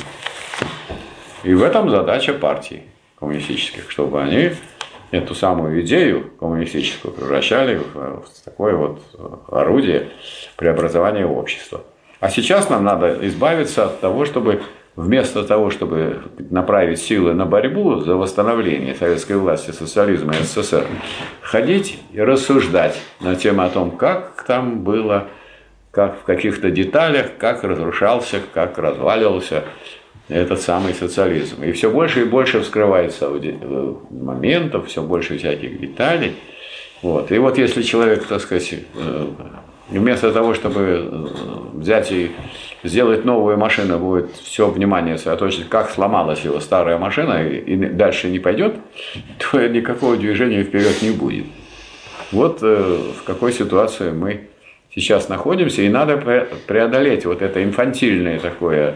И в этом задача партий коммунистических, чтобы они эту самую идею коммунистическую превращали в, в такое вот орудие преобразования общества. А сейчас нам надо избавиться от того, чтобы вместо того, чтобы направить силы на борьбу за восстановление советской власти, социализма и СССР, ходить и рассуждать на тему о том, как там было, как в каких-то деталях, как разрушался, как разваливался этот самый социализм. И все больше и больше вскрывается моментов, все больше всяких деталей. Вот. И вот если человек, так сказать, вместо того, чтобы взять и сделать новую машину, будет все внимание сосредоточить, как сломалась его старая машина, и дальше не пойдет, то никакого движения вперед не будет. Вот в какой ситуации мы сейчас находимся, и надо преодолеть вот это инфантильное такое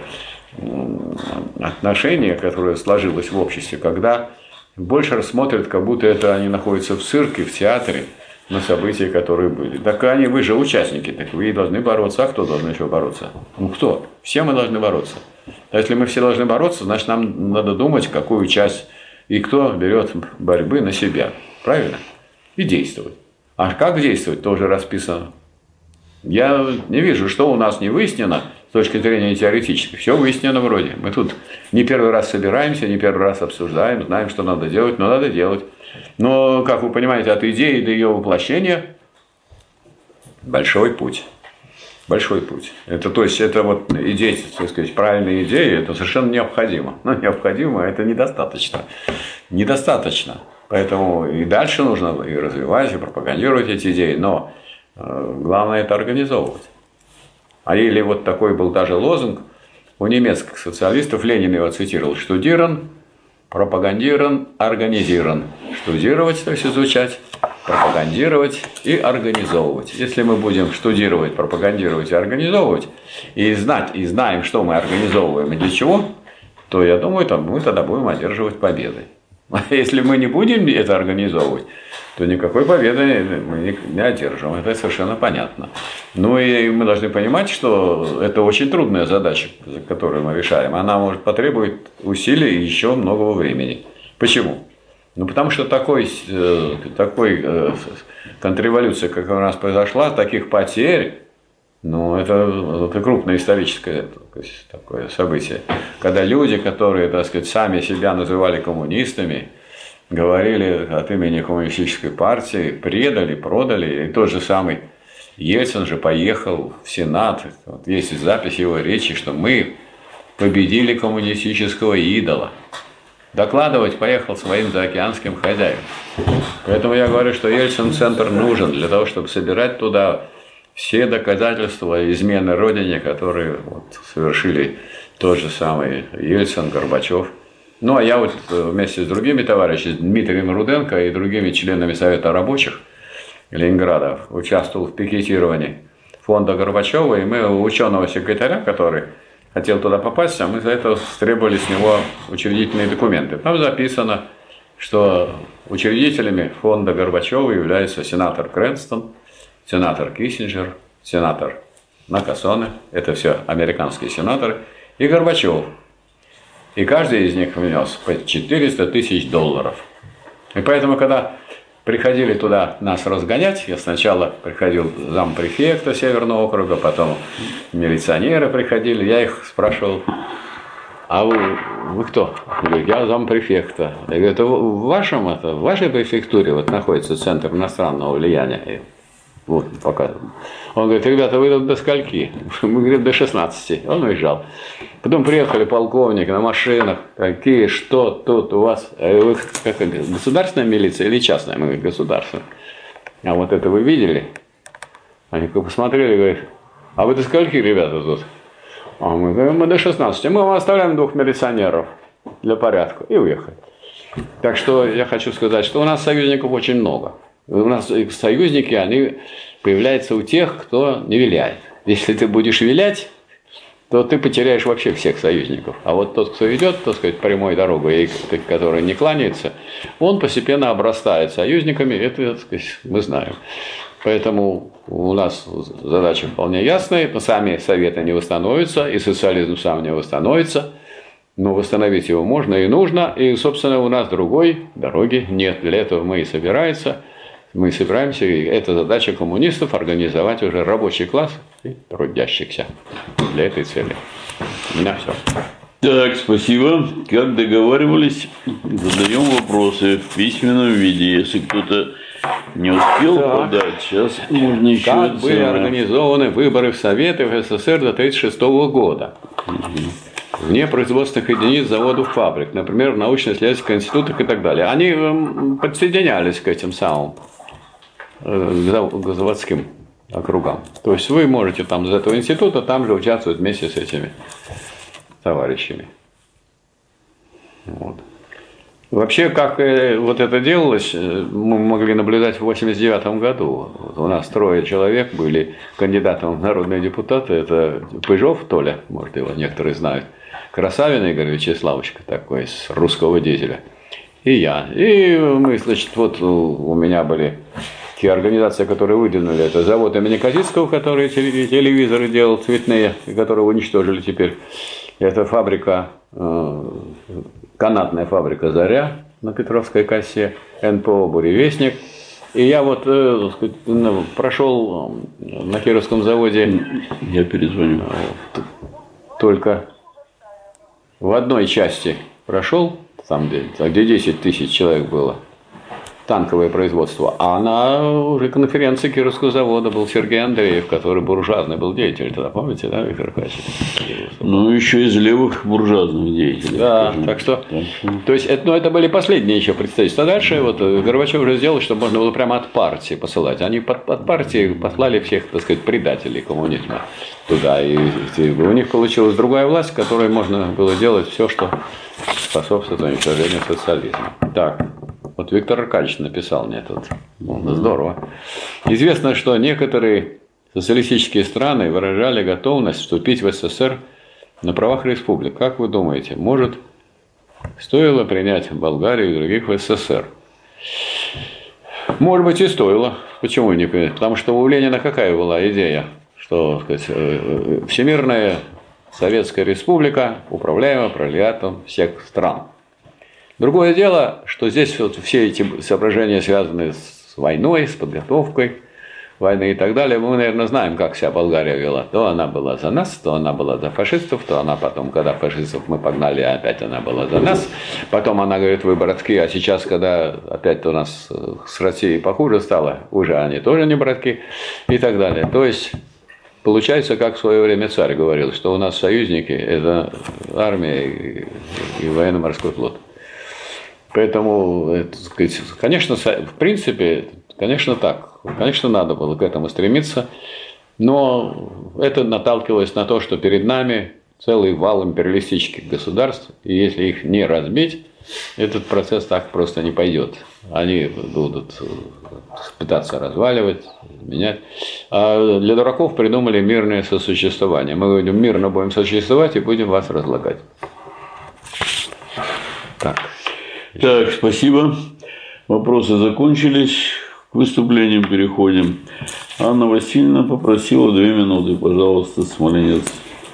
отношение, которое сложилось в обществе, когда больше рассмотрят, как будто это они находятся в цирке, в театре, на события, которые были. Так они, вы же участники, так вы и должны бороться. А кто должен еще бороться? Ну кто? Все мы должны бороться. А если мы все должны бороться, значит нам надо думать, какую часть и кто берет борьбы на себя. Правильно? И действовать. А как действовать, тоже расписано. Я не вижу, что у нас не выяснено с точки зрения теоретической. Все выяснено вроде. Мы тут не первый раз собираемся, не первый раз обсуждаем, знаем, что надо делать, но надо делать. Но, как вы понимаете, от идеи до ее воплощения большой путь. Большой путь. Это, то есть, это вот идея, так сказать, правильные идеи, это совершенно необходимо. Но необходимо, это недостаточно. Недостаточно. Поэтому и дальше нужно и развивать, и пропагандировать эти идеи. Но э, главное это организовывать. А или вот такой был даже лозунг у немецких социалистов, Ленин его цитировал: «Штудирован, пропагандирован, организирован». Штудировать, то есть изучать, пропагандировать и организовывать. Если мы будем штудировать, пропагандировать и организовывать, и знать, и знаем, что мы организовываем и для чего, то, я думаю, там мы тогда будем одерживать победы. А если мы не будем это организовывать, то никакой победы мы не одержим. Это совершенно понятно. Ну и мы должны понимать, что это очень трудная задача, которую мы решаем. Она может потребовать усилий и еще многого времени. Почему? Ну потому что такой, такой контрреволюция, как у нас произошла, таких потерь, ну это, это крупное историческое такое событие. Когда люди, которые, так сказать, сами себя называли коммунистами, говорили от имени коммунистической партии, предали, продали. И тот же самый Ельцин же поехал в Сенат. Вот есть запись его речи, что мы победили коммунистического идола. Докладывать поехал своим заокеанским хозяевам. Поэтому я говорю, что Ельцин-центр нужен для того, чтобы собирать туда все доказательства измены Родине, которые вот совершили тот же самый Ельцин, Горбачев. Ну, а я вот вместе с другими товарищами, Дмитрием Руденко и другими членами Совета рабочих Ленинграда участвовал в пикетировании фонда Горбачева, и мы у ученого-секретаря, который хотел туда попасть, а мы за это требовали с него учредительные документы. Там записано, что учредителями фонда Горбачева являются сенатор Крэнстон, сенатор Киссинджер, сенатор Накасоне, это все американские сенаторы, и Горбачев. И каждый из них внес по четыреста тысяч долларов. И поэтому, когда приходили туда нас разгонять, я сначала приходил зампрефекта Северного округа, потом милиционеры приходили, я их спрашивал: а вы, вы кто? Я говорю: я зампрефекта. Я говорю: это в вашем, это, в вашей префектуре вот находится центр иностранного влияния. Вот, показывал. Он говорит: ребята, вы тут до скольки? Мы, говорим, до шестнадцати. Он уезжал. Потом приехали полковники на машинах. Какие, что тут у вас? Вы как, государственная милиция или частная? Мы говорим: государственная. А вот это вы видели? Они посмотрели и говорят: а вы до скольки, ребята, тут? А мы говорим: мы до шестнадцати. Мы вам оставляем двух милиционеров для порядка. И уехали. Так что я хочу сказать, что у нас союзников очень много. У нас союзники, они появляются у тех, кто не виляет. Если ты будешь вилять, то ты потеряешь вообще всех союзников. А вот тот, кто идет, так сказать, прямой дорогой, и который не кланяется, он постепенно обрастает союзниками, это, так сказать, мы знаем. Поэтому у нас задача вполне ясная, сами советы не восстановятся, и социализм сам не восстановится. Но восстановить его можно и нужно, и, собственно, у нас другой дороги нет. Для этого мы и собираемся. Мы собираемся, и это задача коммунистов, организовать уже рабочий класс и трудящихся для этой цели. У меня все. Так, спасибо. Как договаривались, задаем вопросы в письменном виде. Если кто-то не успел так подать, сейчас можно еще... Как были организованы выборы в Советы в СССР до тысяча девятьсот тридцать шестого года? Угу. Вне производственных единиц, заводов, фабрик, например, в научно-исследовательских институтах и так далее. Они подсоединялись к этим самым к заводским округам. То есть вы можете там из этого института там же участвовать вместе с этими товарищами. Вот. Вообще, как вот это делалось, мы могли наблюдать в восемьдесят девятом году. Вот у нас трое человек были кандидатом в народные депутаты. Это Пыжов Толя, может, его некоторые знают. Красавин Игорь Вячеславович такой, с русского дизеля. И я. И мы, значит, вот у меня были те организации, которые выдвинули, это завод имени Козицкого, который телевизоры делал цветные, которые уничтожили теперь. Это фабрика, канатная фабрика «Заря» на Петровской косе, эн пэ о «Буревестник». И я вот э, сказать, прошел на Кировском заводе. Я перезвоню. Только в одной части прошел, там где, где десять тысяч человек было, танковое производство. А на уже конференции Кировского завода был Сергей Андреев, который буржуазный был деятель. Тогда помните, да, Виктор Аркадьевич? Ну, еще из левых буржуазных деятелей. Да, скажем. так что, так что... То есть, это, ну, это были последние еще представительства. А дальше вот Горбачев уже сделал, чтобы можно было прямо от партии посылать. Они под, от партии послали всех, так сказать, предателей коммунизма туда. И, и у них получилась другая власть, в которой можно было делать все, что способствует уничтожению социализма. Так. Вот Виктор Аркадьевич написал мне тут. Ну, здорово. Известно, что некоторые социалистические страны выражали готовность вступить в эс эс эс эр на правах республик. Как вы думаете, может, стоило принять Болгарию и других в эс эс эс эр? Может быть, и стоило. Почему не принять? Потому что у Ленина какая была идея? Что, так сказать, Всемирная Советская Республика, управляемая пролетариатом всех стран. Другое дело, что здесь вот все эти соображения связаны с войной, с подготовкой войны и так далее. Мы, наверное, знаем, как себя Болгария вела. То она была за нас, то она была за фашистов, то она потом, когда фашистов мы погнали, опять она была за нас. Потом она говорит, вы братки, а сейчас, когда опять у нас с Россией похуже стало, уже они тоже не братки и так далее. То есть получается, как в свое время царь говорил, что у нас союзники – это армия и, и военно-морской флот. Поэтому, конечно, в принципе, конечно так, конечно, надо было к этому стремиться, но это наталкивалось на то, что перед нами целый вал империалистических государств, и если их не разбить, этот процесс так просто не пойдет. Они будут пытаться разваливать, менять. А для дураков придумали мирное сосуществование. Мы будем мирно будем сосуществовать и будем вас разлагать. Так. Так, спасибо. Вопросы закончились. К выступлениям переходим. Анна Васильевна попросила две минуты. Пожалуйста, Смоленец.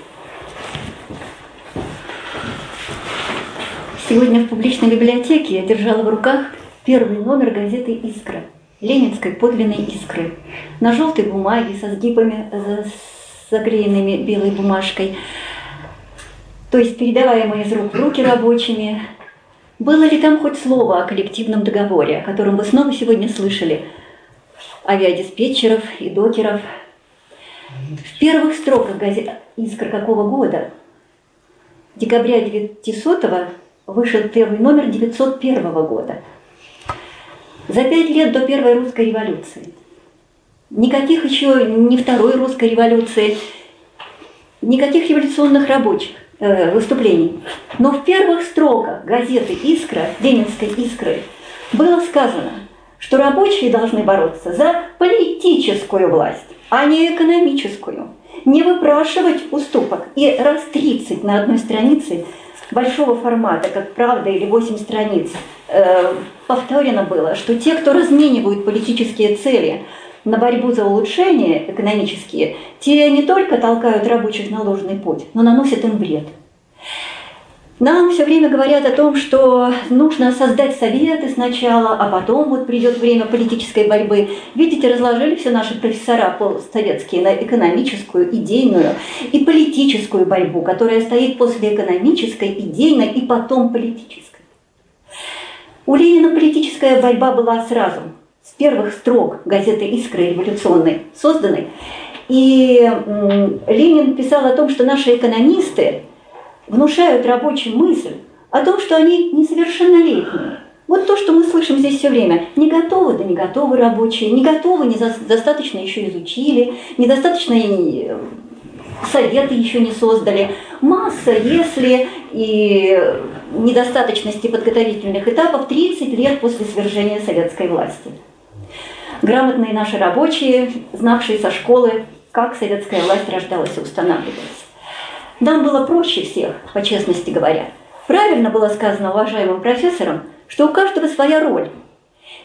Сегодня в публичной библиотеке я держала в руках первый номер газеты «Искра», ленинской подлинной «Искры». На желтой бумаге со сгибами, заклеенными белой бумажкой, то есть передаваемые из рук в руки рабочими. Было ли там хоть слово о коллективном договоре, о котором вы снова сегодня слышали? Авиадиспетчеров и докеров. В первых строках газеты «Искра» какого года? Декабря девятисотого вышел первый номер девятьсот первого года. За пять лет до первой русской революции. Никаких еще ни второй русской революции, никаких революционных рабочих э, выступлений. Но в первых строках газеты «Искра», ленинской «Искры», было сказано, что рабочие должны бороться за политическую власть, а не экономическую. Не выпрашивать уступок. И раз тридцать на одной странице большого формата, как «Правда» или восемь страниц, э, повторено было, что те, кто разменивают политические цели на борьбу за улучшение экономические, те не только толкают рабочих на ложный путь, но наносят им вред. Нам все время говорят о том, что нужно создать советы сначала, а потом вот придет время политической борьбы. Видите, разложили все наши профессора постсоветские на экономическую, идейную и политическую борьбу, которая стоит после экономической, идейной и потом политической. У Ленина политическая борьба была сразу, с первых строк газеты «Искра» революционной созданной. И м, Ленин писал о том, что наши экономисты внушают рабочим мысль о том, что они несовершеннолетние. Вот то, что мы слышим здесь все время. Не готовы, да не готовы рабочие, не готовы, недостаточно еще изучили, недостаточно и советы еще не создали. Масса, если и недостаточности подготовительных этапов тридцать лет после свержения советской власти. Грамотные наши рабочие, знавшие со школы, как советская власть рождалась и устанавливалась. Нам было проще всех, по честности говоря. Правильно было сказано уважаемым профессором, что у каждого своя роль.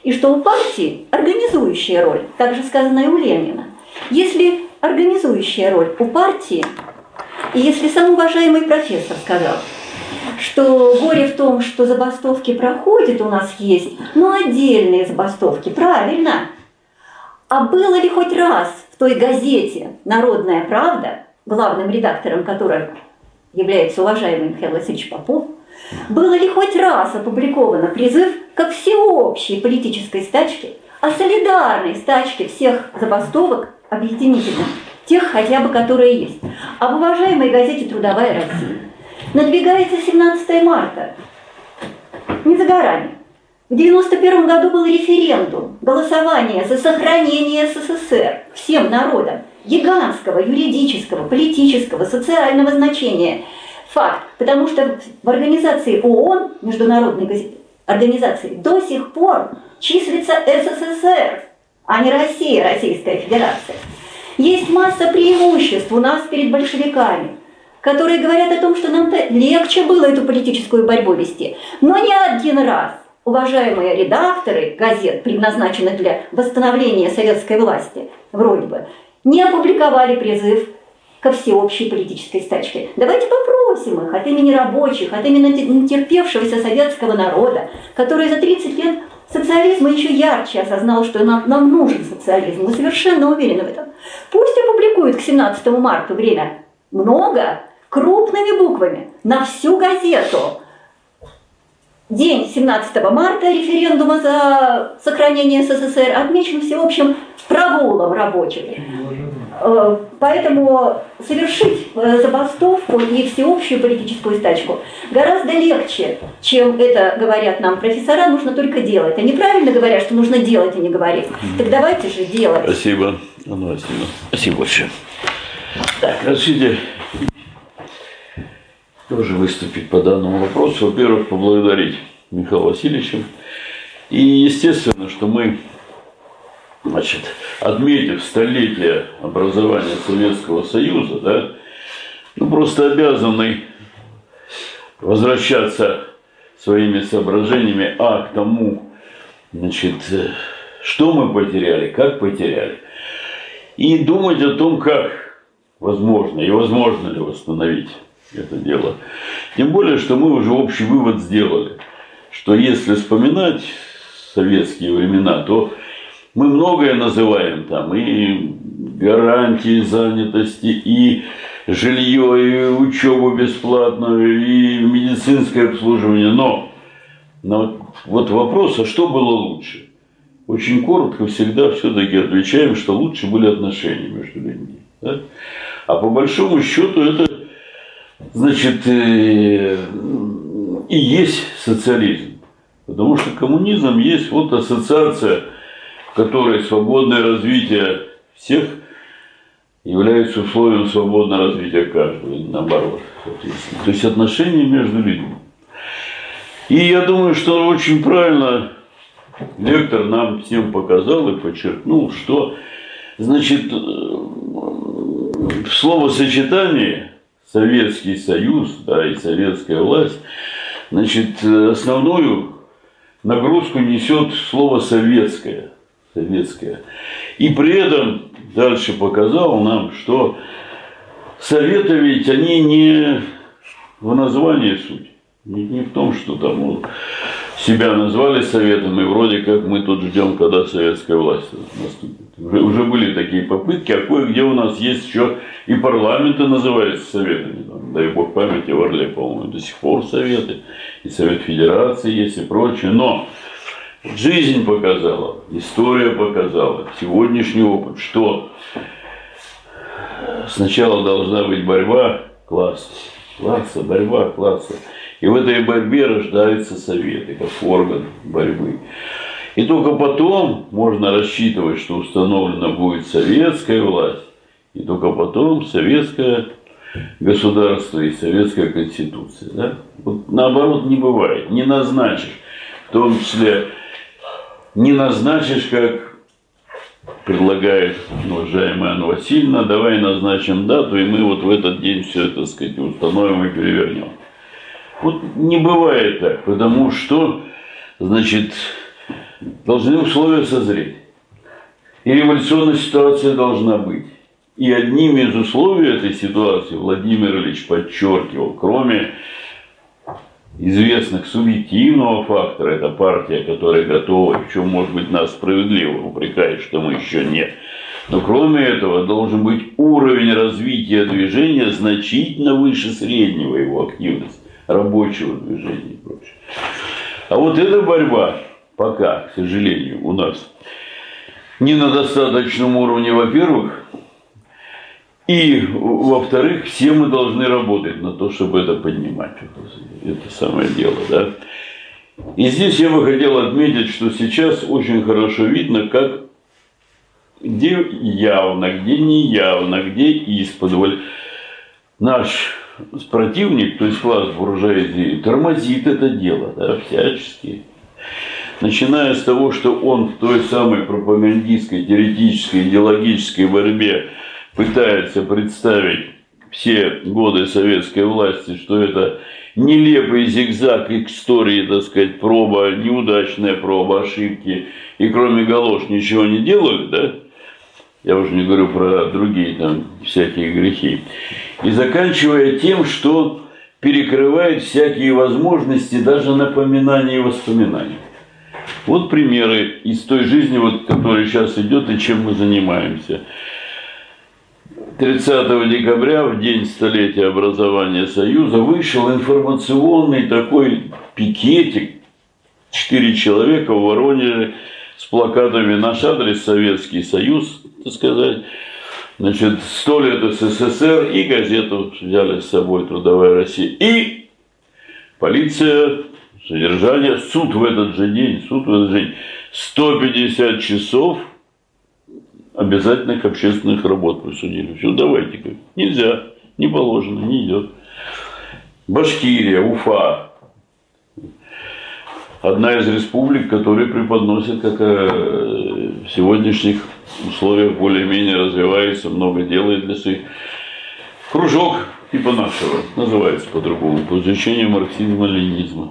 и что у партии организующая роль, также сказано и у Ленина. Если организующая роль у партии, и если сам уважаемый профессор сказал, что горе в том, что забастовки проходят, у нас есть, но отдельные забастовки, правильно. А было ли хоть раз в той газете «Народная правда», главным редактором которой является уважаемый Михаил Васильевич Попов, было ли хоть раз опубликовано призыв ко всеобщей политической стачке, о солидарной стачке всех забастовок объединительных, тех хотя бы, которые есть. А в уважаемой газете «Трудовая Россия» надвигается семнадцатое марта, не за горами. В девяносто первом году был референдум, голосование за сохранение СССР всем народам, гигантского юридического, политического, социального значения. Факт, потому что в организации ООН, международной организации, до сих пор числится СССР, а не Россия, Российская Федерация. Есть масса преимуществ у нас перед большевиками, которые говорят о том, что нам-то легче было эту политическую борьбу вести. Но не один раз уважаемые редакторы газет, предназначенных для восстановления советской власти, вроде бы, не опубликовали призыв ко всеобщей политической стачке. Давайте попросим их от имени рабочих, от имени натерпевшегося советского народа, который за тридцать лет социализма еще ярче осознал, что нам, нам нужен социализм. Мы совершенно уверены в этом. Пусть опубликуют к семнадцатому марта время много, крупными буквами, на всю газету. День семнадцатого марта референдума за сохранение СССР отмечен всеобщим прогулом рабочих. Поэтому совершить забастовку и всеобщую политическую стачку гораздо легче, чем это говорят нам профессора, нужно только делать. Они правильно говорят, что нужно делать, а не говорить. Так давайте же делать. Спасибо. Ну, спасибо. Спасибо большое. Так, разрешите тоже выступить по данному вопросу. Во-первых, поблагодарить Михаила Васильевича. И естественно, что мы, значит, отметив столетие образования Советского Союза, да, ну, просто обязаны возвращаться своими соображениями а к тому, значит, что мы потеряли, как потеряли, и думать о том, как возможно и возможно ли восстановить это дело. Тем более, что мы уже общий вывод сделали, что если вспоминать советские времена, то мы многое называем там, и гарантии занятости, и жилье, и учебу бесплатную, и медицинское обслуживание. Но, но вот вопрос, а что было лучше? Очень коротко всегда все-таки отвечаем, что лучше были отношения между людьми. Да? А по большому счету это, значит, и есть социализм. Потому что коммунизм есть вот ассоциация, в которой свободное развитие всех является условием свободного развития каждого, и наоборот. То есть отношения между людьми. И я думаю, что очень правильно лектор нам всем показал и подчеркнул, что, значит, в словосочетании Советский Союз, да, и советская власть, значит, основную нагрузку несет слово советское. Советское. И при этом дальше показал нам, что советы ведь они не в названии суть. Не, не в том, что там ну, себя назвали советом, и вроде как мы тут ждем, когда советская власть наступит. Уже, уже были такие попытки, а кое-где у нас есть еще и парламенты называются советами. Там, дай бог памяти, в Орле, по-моему, до сих пор советы, и Совет Федерации есть и прочее. Но жизнь показала, история показала, сегодняшний опыт, что сначала должна быть борьба класса, класса, борьба класса. И в этой борьбе рождаются советы, как орган борьбы. И только потом можно рассчитывать, что установлена будет советская власть, и только потом советское государство и советская конституция. Да? Вот наоборот не бывает, не назначишь, в том числе не назначишь, как предлагает уважаемая Анна Васильевна, давай назначим дату, и мы вот в этот день все это, так сказать, установим и перевернем. Вот не бывает так, потому что, значит, должны условия созреть. И революционная ситуация должна быть. И одним из условий этой ситуации Владимир Ильич подчеркивал, кроме известных субъективного фактора, это партия, которая готова, в чем, может быть, нас справедливо упрекает, что мы еще нет. Но кроме этого должен быть уровень развития движения значительно выше среднего, его активность, рабочего движения и прочее. А вот эта борьба пока, к сожалению, у нас не на достаточном уровне, во-первых, и, во-вторых, все мы должны работать на то, чтобы это поднимать. Это самое дело, да. И здесь я бы хотел отметить, что сейчас очень хорошо видно, как где явно, где неявно, где исподволь наш противник, то есть класс буржуазии, тормозит это дело, да, всячески. Начиная с того, что он в той самой пропагандистской, теоретической, идеологической борьбе пытается представить все годы советской власти, что это нелепый зигзаг истории, так сказать, проба, неудачная проба, ошибки, и кроме галош ничего не делали, да? Я уже не говорю про другие там всякие грехи. И заканчивая тем, что перекрывает всякие возможности даже напоминаний и воспоминаний. Вот примеры из той жизни, вот, которая сейчас идет и чем мы занимаемся. тридцатого декабря, в день столетия образования Союза, вышел информационный такой пикетик, четыре человека в Воронеже с плакатами «Наш адрес Советский Союз», так сказать, значит, сто лет СССР, и газету взяли с собой «Трудовая Россия», и полиция, содержание, суд в этот же день, суд в этот же день, сто пятьдесят часов обязательных общественных работ присудили. Все, давайте-ка. Нельзя, не положено, не идет. Башкирия, Уфа. Одна из республик, которые преподносят, как в сегодняшних условиях более-менее развивается, много делает для своих. Кружок типа нашего, называется по-другому, по изучению марксизма-ленинизма.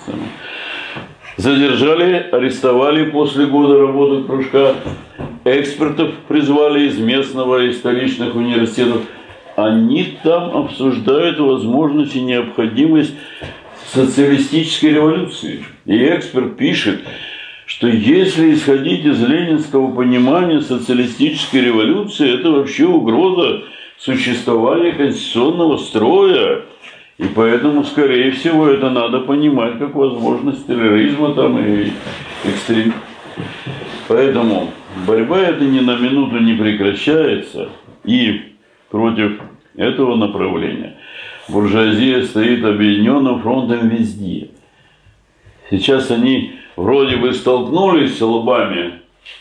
Задержали, арестовали после года работы кружка, экспертов призвали из местного и столичных университетов. Они там обсуждают возможность и необходимость социалистической революции. И эксперт пишет, что если исходить из ленинского понимания, социалистической революции, это вообще угроза существования конституционного строя. И поэтому, скорее всего, это надо понимать как возможность терроризма там и экстрем. Поэтому борьба эта ни на минуту не прекращается. И против этого направления буржуазия стоит объединенным фронтом везде. Сейчас они вроде бы столкнулись с лбами,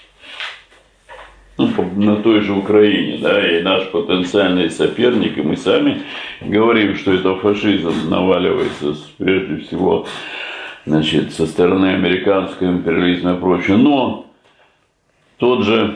ну, на той же Украине, да, и наш потенциальный соперник, и мы сами говорим, что это фашизм наваливается прежде всего, значит, со стороны американского империализма и прочее. Но тот же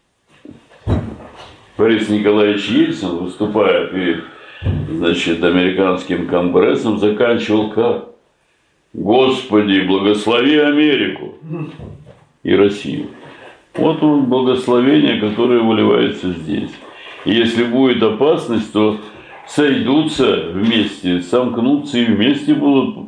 Борис Николаевич Ельцин, выступая перед, значит, американским конгрессом, заканчивал как: «Господи, благослови Америку и Россию». Вот он, благословение, которое выливается здесь. И если будет опасность, то сойдутся вместе, сомкнутся и вместе будут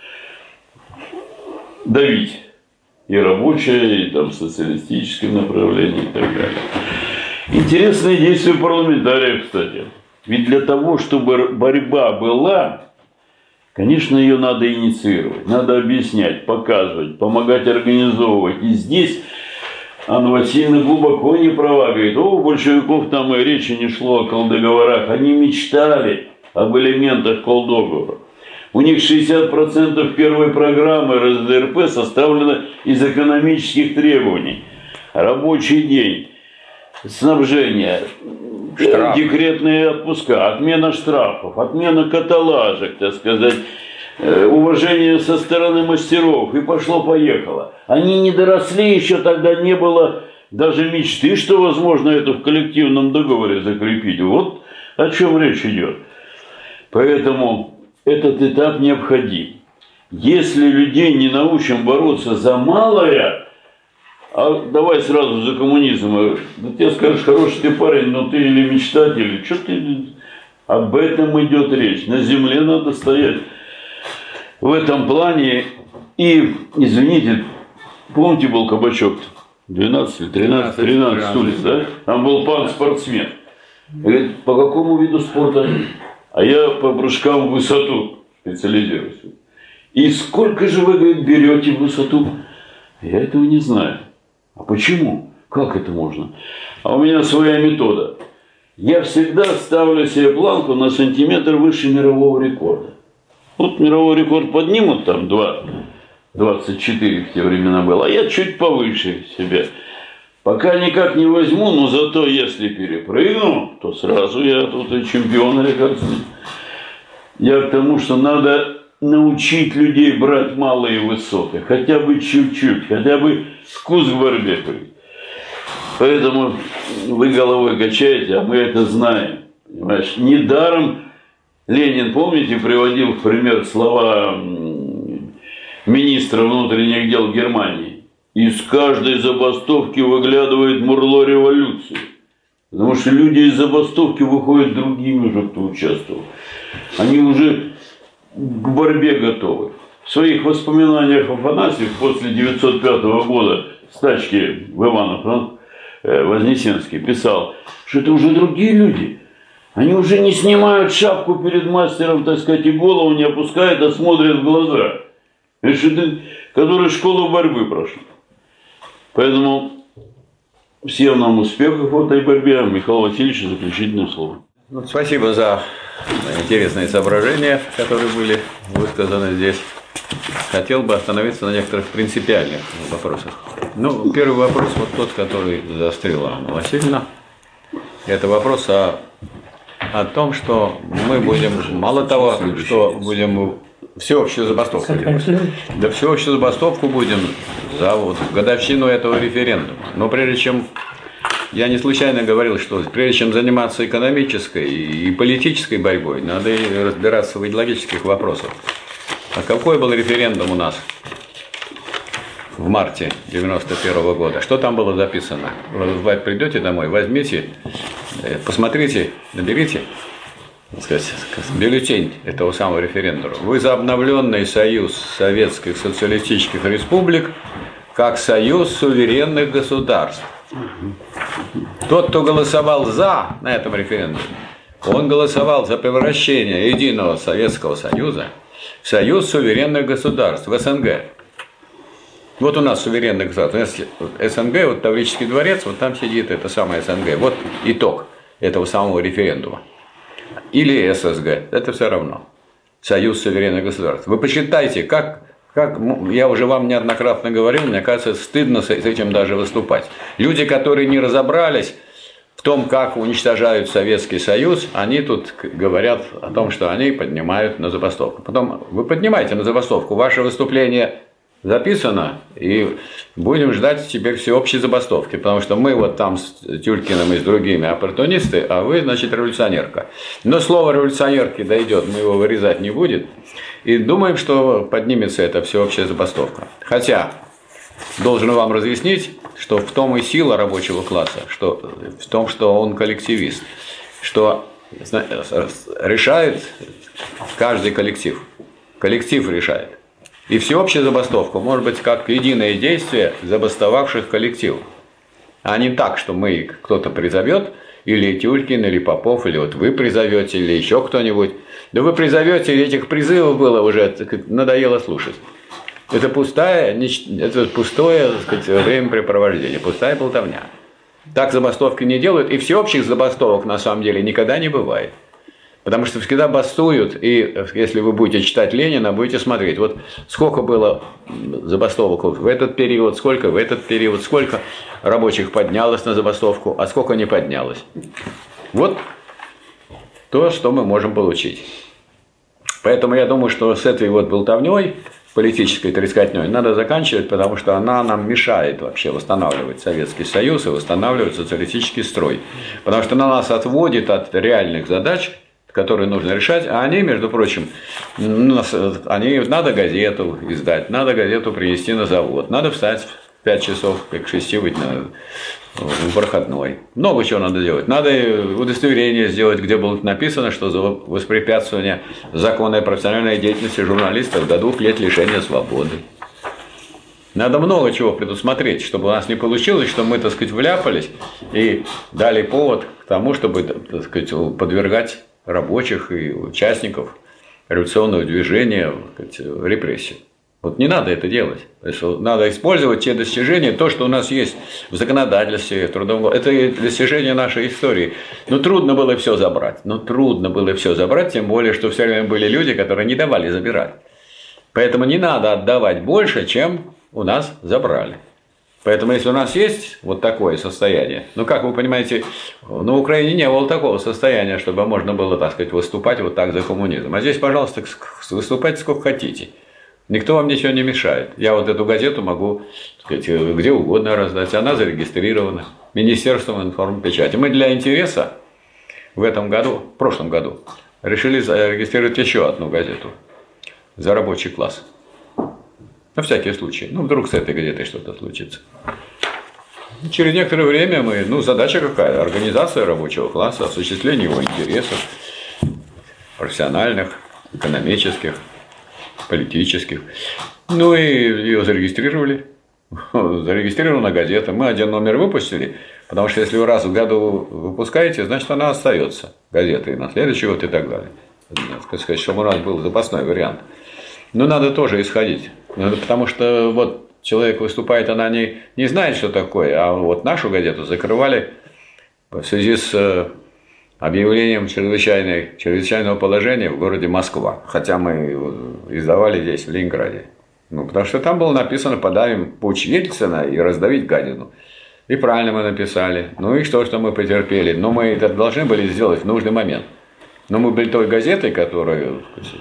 давить. И рабочее, и там социалистическое направление, и так далее. Интересные действия парламентариев, кстати. Ведь для того, чтобы борьба была, конечно, ее надо инициировать, надо объяснять, показывать, помогать организовывать. И здесь Анна Васильевна глубоко не права, говорит: о, у большевиков там и речи не шло о колдоговорах, они мечтали об элементах колдоговора. У них шестьдесят процентов первой программы РСДРП составлено из экономических требований. Рабочий день, снабжение, штраф, декретные отпуска, отмена штрафов, отмена каталажек, так сказать, уважение со стороны мастеров, и пошло-поехало. Они не доросли, еще тогда не было даже мечты, что возможно это в коллективном договоре закрепить. Вот о чем речь идет. Поэтому этот этап необходим. Если людей не научим бороться за малое, а давай сразу за коммунизм. Да тебе скажешь, хороший ты парень, но ты или мечтатель, что ты... Об этом идет речь. На земле надо стоять. В этом плане. И, извините, помните, был кабачок? двенадцать или тринадцать, тринадцать улиц, да? Там был пан спортсмен. Говорит, по какому виду спорта? А я по прыжкам в высоту специализируюсь. И сколько же вы, говорит, берете в высоту? Я этого не знаю. А почему? Как это можно? А у меня своя метода. Я всегда ставлю себе планку на сантиметр выше мирового рекорда. Вот мировой рекорд поднимут, там два двадцать четыре в те времена было, а я чуть повыше себя. Пока никак не возьму, но зато если перепрыгну, то сразу я тут и чемпион рекордсмен. Я к тому, что надо научить людей брать малые высоты, хотя бы чуть-чуть, хотя бы вкус к борьбе. Поэтому вы головой качаете, а мы это знаем. Понимаешь? Недаром Ленин, помните, приводил в пример слова министра внутренних дел Германии. Из каждой забастовки выглядывает мурло революции. Потому что люди из забастовки выходят другими уже, кто участвовал. Они уже к борьбе готовы. В своих воспоминаниях Афанасьев после девятьсот пятого года стачки в Ивано-Франковске Вознесенский писал, что это уже другие люди. Они уже не снимают шапку перед мастером, так сказать, и голову не опускают, а смотрят в глаза. Это которые школу борьбы прошли. Поэтому всем нам успехов в этой борьбе. Михаил Васильевич, заключительное слово. Ну, спасибо за интересные соображения, которые были высказаны здесь. Хотел бы остановиться на некоторых принципиальных вопросах. Ну, первый вопрос, вот тот, который заострила Анна Васильевна, это вопрос о, о том, что мы будем, мало того, что будем всеобщую забастовку делать, да всеобщую забастовку будем за вот годовщину этого референдума. Но прежде чем, я не случайно говорил, что прежде чем заниматься экономической и политической борьбой, надо и разбираться в идеологических вопросах. А какой был референдум у нас в марте девяносто первого года? Что там было записано? Вы придете домой, возьмите, посмотрите, наберите, так сказать, бюллетень этого самого референдума. Вы за обновленный союз советских социалистических республик как союз суверенных государств. Тот, кто голосовал за на этом референдуме, он голосовал за превращение единого Советского Союза в союз суверенных государств, в СНГ. Вот у нас суверенных государств. СНГ, вот Таврический дворец, вот там сидит это самое СНГ. Вот итог этого самого референдума. Или ССГ, это все равно. Союз суверенных государств. Вы посчитайте, как, как, я уже вам неоднократно говорил, мне кажется, стыдно с этим даже выступать. Люди, которые не разобрались в том, как уничтожают Советский Союз, они тут говорят о том, что они поднимают на забастовку. Потом вы поднимаете на забастовку, ваше выступление записано, и будем ждать теперь всеобщей забастовки, потому что мы вот там с Тюлькиным и с другими оппортунисты, а вы, значит, революционерка. Но слово революционерки дойдет, мы его вырезать не будем, и думаем, что поднимется эта всеобщая забастовка. Хотя, должен вам разъяснить, что в том и сила рабочего класса, что в том, что он коллективист, что решает каждый коллектив. Коллектив решает. И всеобщая забастовка может быть как единое действие забастовавших коллективов. А не так, что мы кто-то призовет, или Тюлькин, или Попов, или вот вы призовете, или еще кто-нибудь. Да вы призовете, этих призывов было уже, надоело слушать. Это пустое, это пустое, так сказать, времяпрепровождение, пустая болтовня. Так забастовки не делают, и всеобщих забастовок на самом деле никогда не бывает. Потому что всегда бастуют, и если вы будете читать Ленина, будете смотреть, вот сколько было забастовок в этот период, сколько в этот период, сколько рабочих поднялось на забастовку, а сколько не поднялось. Вот то, что мы можем получить. Поэтому я думаю, что с этой вот болтовней, политической трескотней, надо заканчивать, потому что она нам мешает вообще восстанавливать Советский Союз и восстанавливать социалистический строй. Потому что она нас отводит от реальных задач, которые нужно решать, а они, между прочим, они, надо газету издать, надо газету принести на завод, надо встать пять часов, как к шести быть надо в проходной. Много чего надо делать. Надо удостоверение сделать, где будет написано, что за воспрепятствование законной профессиональной деятельности журналистов до двух лет лишения свободы. Надо много чего предусмотреть, чтобы у нас не получилось, что мы, так сказать, вляпались и дали повод к тому, чтобы, так сказать, подвергать рабочих и участников революционного движения, так сказать, репрессиям. Вот не надо это делать. Надо использовать те достижения, то, что у нас есть в законодательстве, в трудовом. Это достижения нашей истории. Но трудно было все забрать. Но трудно было все забрать, тем более, что все время были люди, которые не давали забирать. Поэтому не надо отдавать больше, чем у нас забрали. Поэтому, если у нас есть вот такое состояние, ну, как вы понимаете, на Украине не было такого состояния, чтобы можно было, так сказать, выступать вот так за коммунизм. А здесь, пожалуйста, выступайте сколько хотите. Никто вам ничего не мешает. Я вот эту газету могу, так сказать, где угодно раздать. Она зарегистрирована Министерством информпечати. Мы для интереса в этом году, в прошлом году, решили зарегистрировать еще одну газету за рабочий класс. На всякий случай. Ну, вдруг с этой газетой что-то случится. Через некоторое время мы, ну, задача какая? Организация рабочего класса, осуществление его интересов, профессиональных, экономических, политических. Ну, и ее зарегистрировали. Зарегистрирована газета. Мы один номер выпустили, потому что если вы раз в году выпускаете, значит, она остается, газета, и на следующий год и так далее. Так сказать, чтобы у нас был запасной вариант. Но надо тоже исходить. Потому что вот человек выступает, она не, не знает, что такое, а вот нашу газету закрывали в связи с объявлением чрезвычайного положения в городе Москва. Хотя мы издавали здесь, в Ленинграде. Ну, потому что там было написано: подавим путь Ельцина и раздавить гадину. И правильно мы написали. Ну и что, что мы потерпели? Но мы это должны были сделать в нужный момент. Но мы были той газетой, которую,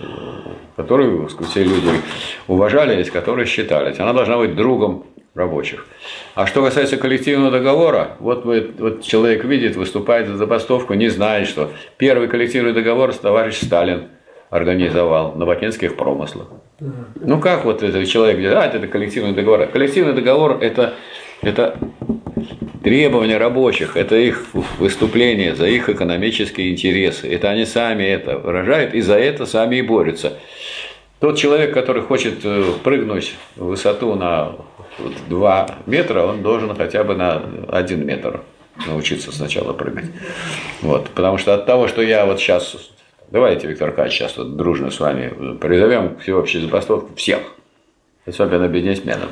которую все люди уважали, с которой считались. Она должна быть другом рабочих. А что касается коллективного договора, вот, вы, вот человек видит, выступает за забастовку, не знает, что первый коллективный договор товарищ Сталин организовал на бакинских промыслах. Ну как вот этот человек говорит: а, это коллективный договор. Коллективный договор – это, это требования рабочих, это их выступление за их экономические интересы. Это они сами это выражают и за это сами и борются. Тот человек, который хочет прыгнуть в высоту на два метра, он должен хотя бы на один метр научиться сначала прыгать. Вот. Потому что от того, что я вот сейчас... Давайте, Виктор Аркадьевич, сейчас вот дружно с вами призовем к всеобщей забастовке всех, особенно бизнесменов.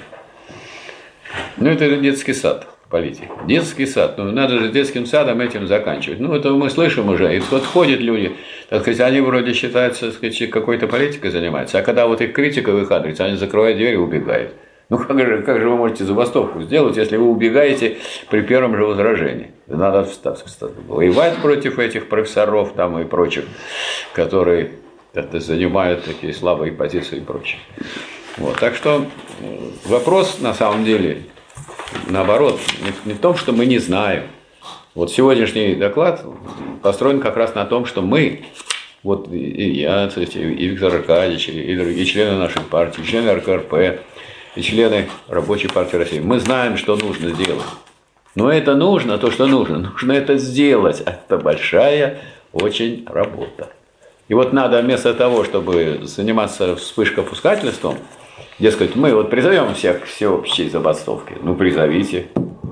Ну, это детский сад. Политики. Детский сад. Ну, надо же детским садом этим заканчивать. Ну, это мы слышим уже. И вот ходят люди, так сказать, они вроде считаются, так сказать, какой-то политикой занимаются. А когда вот их критика в их адрес, они закрывают дверь и убегают. Ну, как же, как же вы можете забастовку сделать, если вы убегаете при первом же возражении? Надо воевать против этих профессоров там и прочих, которые это, занимают такие слабые позиции и прочее. Вот. Так что вопрос на самом деле... Наоборот, не в том, что мы не знаем. Вот сегодняшний доклад построен как раз на том, что мы, вот и я, и Виктор Аркадьевич, и другие члены нашей партии, члены эр ка эр пэ, и члены Рабочей партии России, мы знаем, что нужно сделать. Но это нужно, то, что нужно, нужно это сделать. Это большая очень работа. И вот надо вместо того, чтобы заниматься вспышкопускательством, дескать, мы вот призовем всех к всеобщей забастовке. Ну, призовите.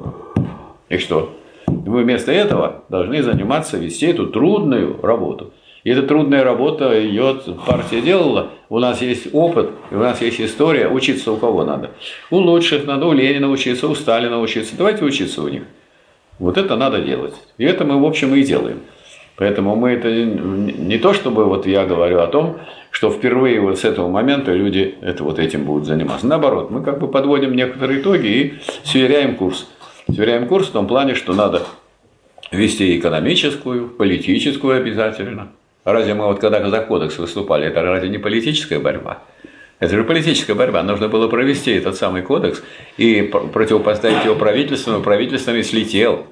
И что? Вы вместо этого должны заниматься, вести эту трудную работу. И эта трудная работа, ее партия делала. У нас есть опыт, у нас есть история. Учиться у кого надо? У лучших надо, у Ленина учиться, у Сталина учиться. Давайте учиться у них. Вот это надо делать. И это мы, в общем, и делаем. Поэтому мы это не то, чтобы вот я говорю о том, что впервые вот с этого момента люди это вот этим будут заниматься. Наоборот, мы как бы подводим некоторые итоги и сверяем курс. Сверяем курс в том плане, что надо вести экономическую, политическую обязательно. Разве мы вот когда за кодекс выступали, это разве не политическая борьба? Это же политическая борьба. Нужно было провести этот самый кодекс и противопоставить его правительственному. Правительственный слетел.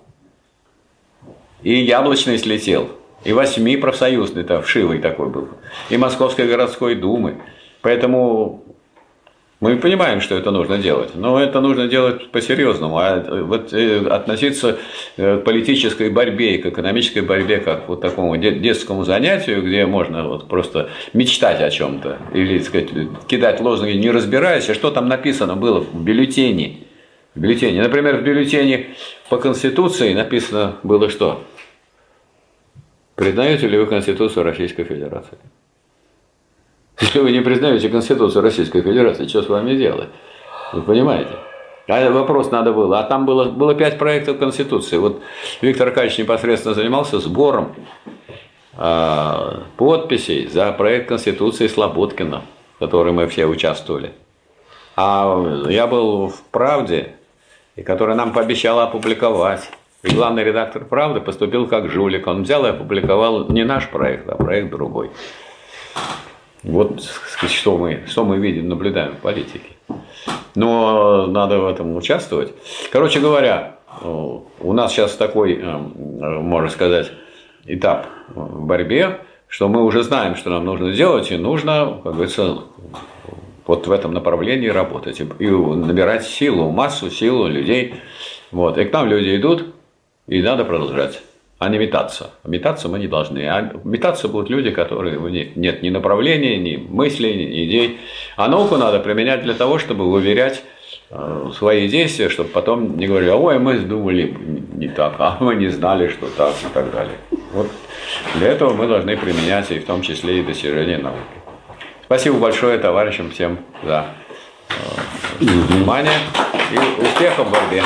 И Яблочный слетел. И восьми профсоюзный, там, вшивый такой был. И Московской городской думы. Поэтому Мы понимаем, что это нужно делать, но это нужно делать по-серьезному. А вот относиться к политической борьбе и к экономической борьбе как к вот такому детскому занятию, где можно вот просто мечтать о чем-то или, так сказать, кидать лозунги, не разбираясь, что там написано было в бюллетене. В бюллетене. Например, в бюллетене по Конституции написано было что? Признаете ли вы Конституцию Российской Федерации? Если вы не признаете Конституцию Российской Федерации, что с вами делать? Вы понимаете? А вопрос надо было. А там было, было пять проектов Конституции. Вот Виктор Аркадьевич непосредственно занимался сбором э, подписей за проект Конституции Слободкина, в которой мы все участвовали. А я был в «Правде», и который нам пообещал опубликовать. И главный редактор «Правды» поступил как жулик. Он взял и опубликовал не наш проект, а проект другой. Вот что мы, что мы видим, наблюдаем в политике. Но надо в этом участвовать. Короче говоря, у нас сейчас такой, можно сказать, этап в борьбе, что мы уже знаем, что нам нужно делать, и нужно, как говорится, вот в этом направлении работать. И набирать силу, массу, силу людей. Вот. И к нам люди идут, и надо продолжать. А не метаться. Метаться мы не должны. А метаться будут люди, которые у них нет ни направления, ни мыслей, ни идей. А науку надо применять для того, чтобы выверять э, свои действия, чтобы потом не говорили, ой, мы думали не так, а мы не знали, что так и так далее. Вот для этого мы должны применять и в том числе и достижения науки. Спасибо большое товарищам всем за э, внимание и успехов в борьбе.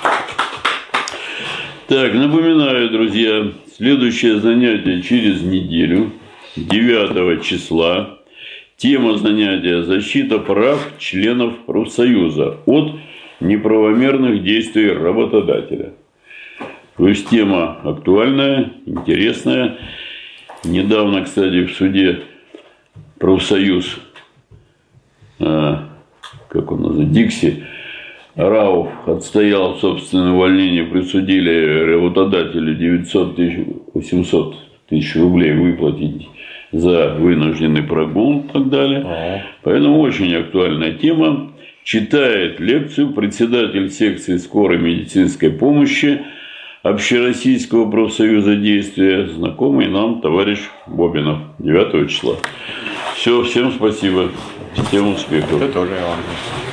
Так, напоминаю, друзья, следующее занятие через неделю, девятого числа. Тема занятия – защита прав членов профсоюза от неправомерных действий работодателя. То есть тема актуальная, интересная. Недавно, кстати, в суде профсоюз, как он называется, Дикси, Рауф отстоял собственное увольнение, присудили работодателю девятьсот тысяч, восемьсот тысяч рублей выплатить за вынужденный прогул и так далее. Ага. Поэтому очень актуальная тема. Читает лекцию председатель секции скорой медицинской помощи Общероссийского профсоюза действия, знакомый нам товарищ Бобинов, девятого числа. Все, всем спасибо, всем успехов. Это тоже, Иван.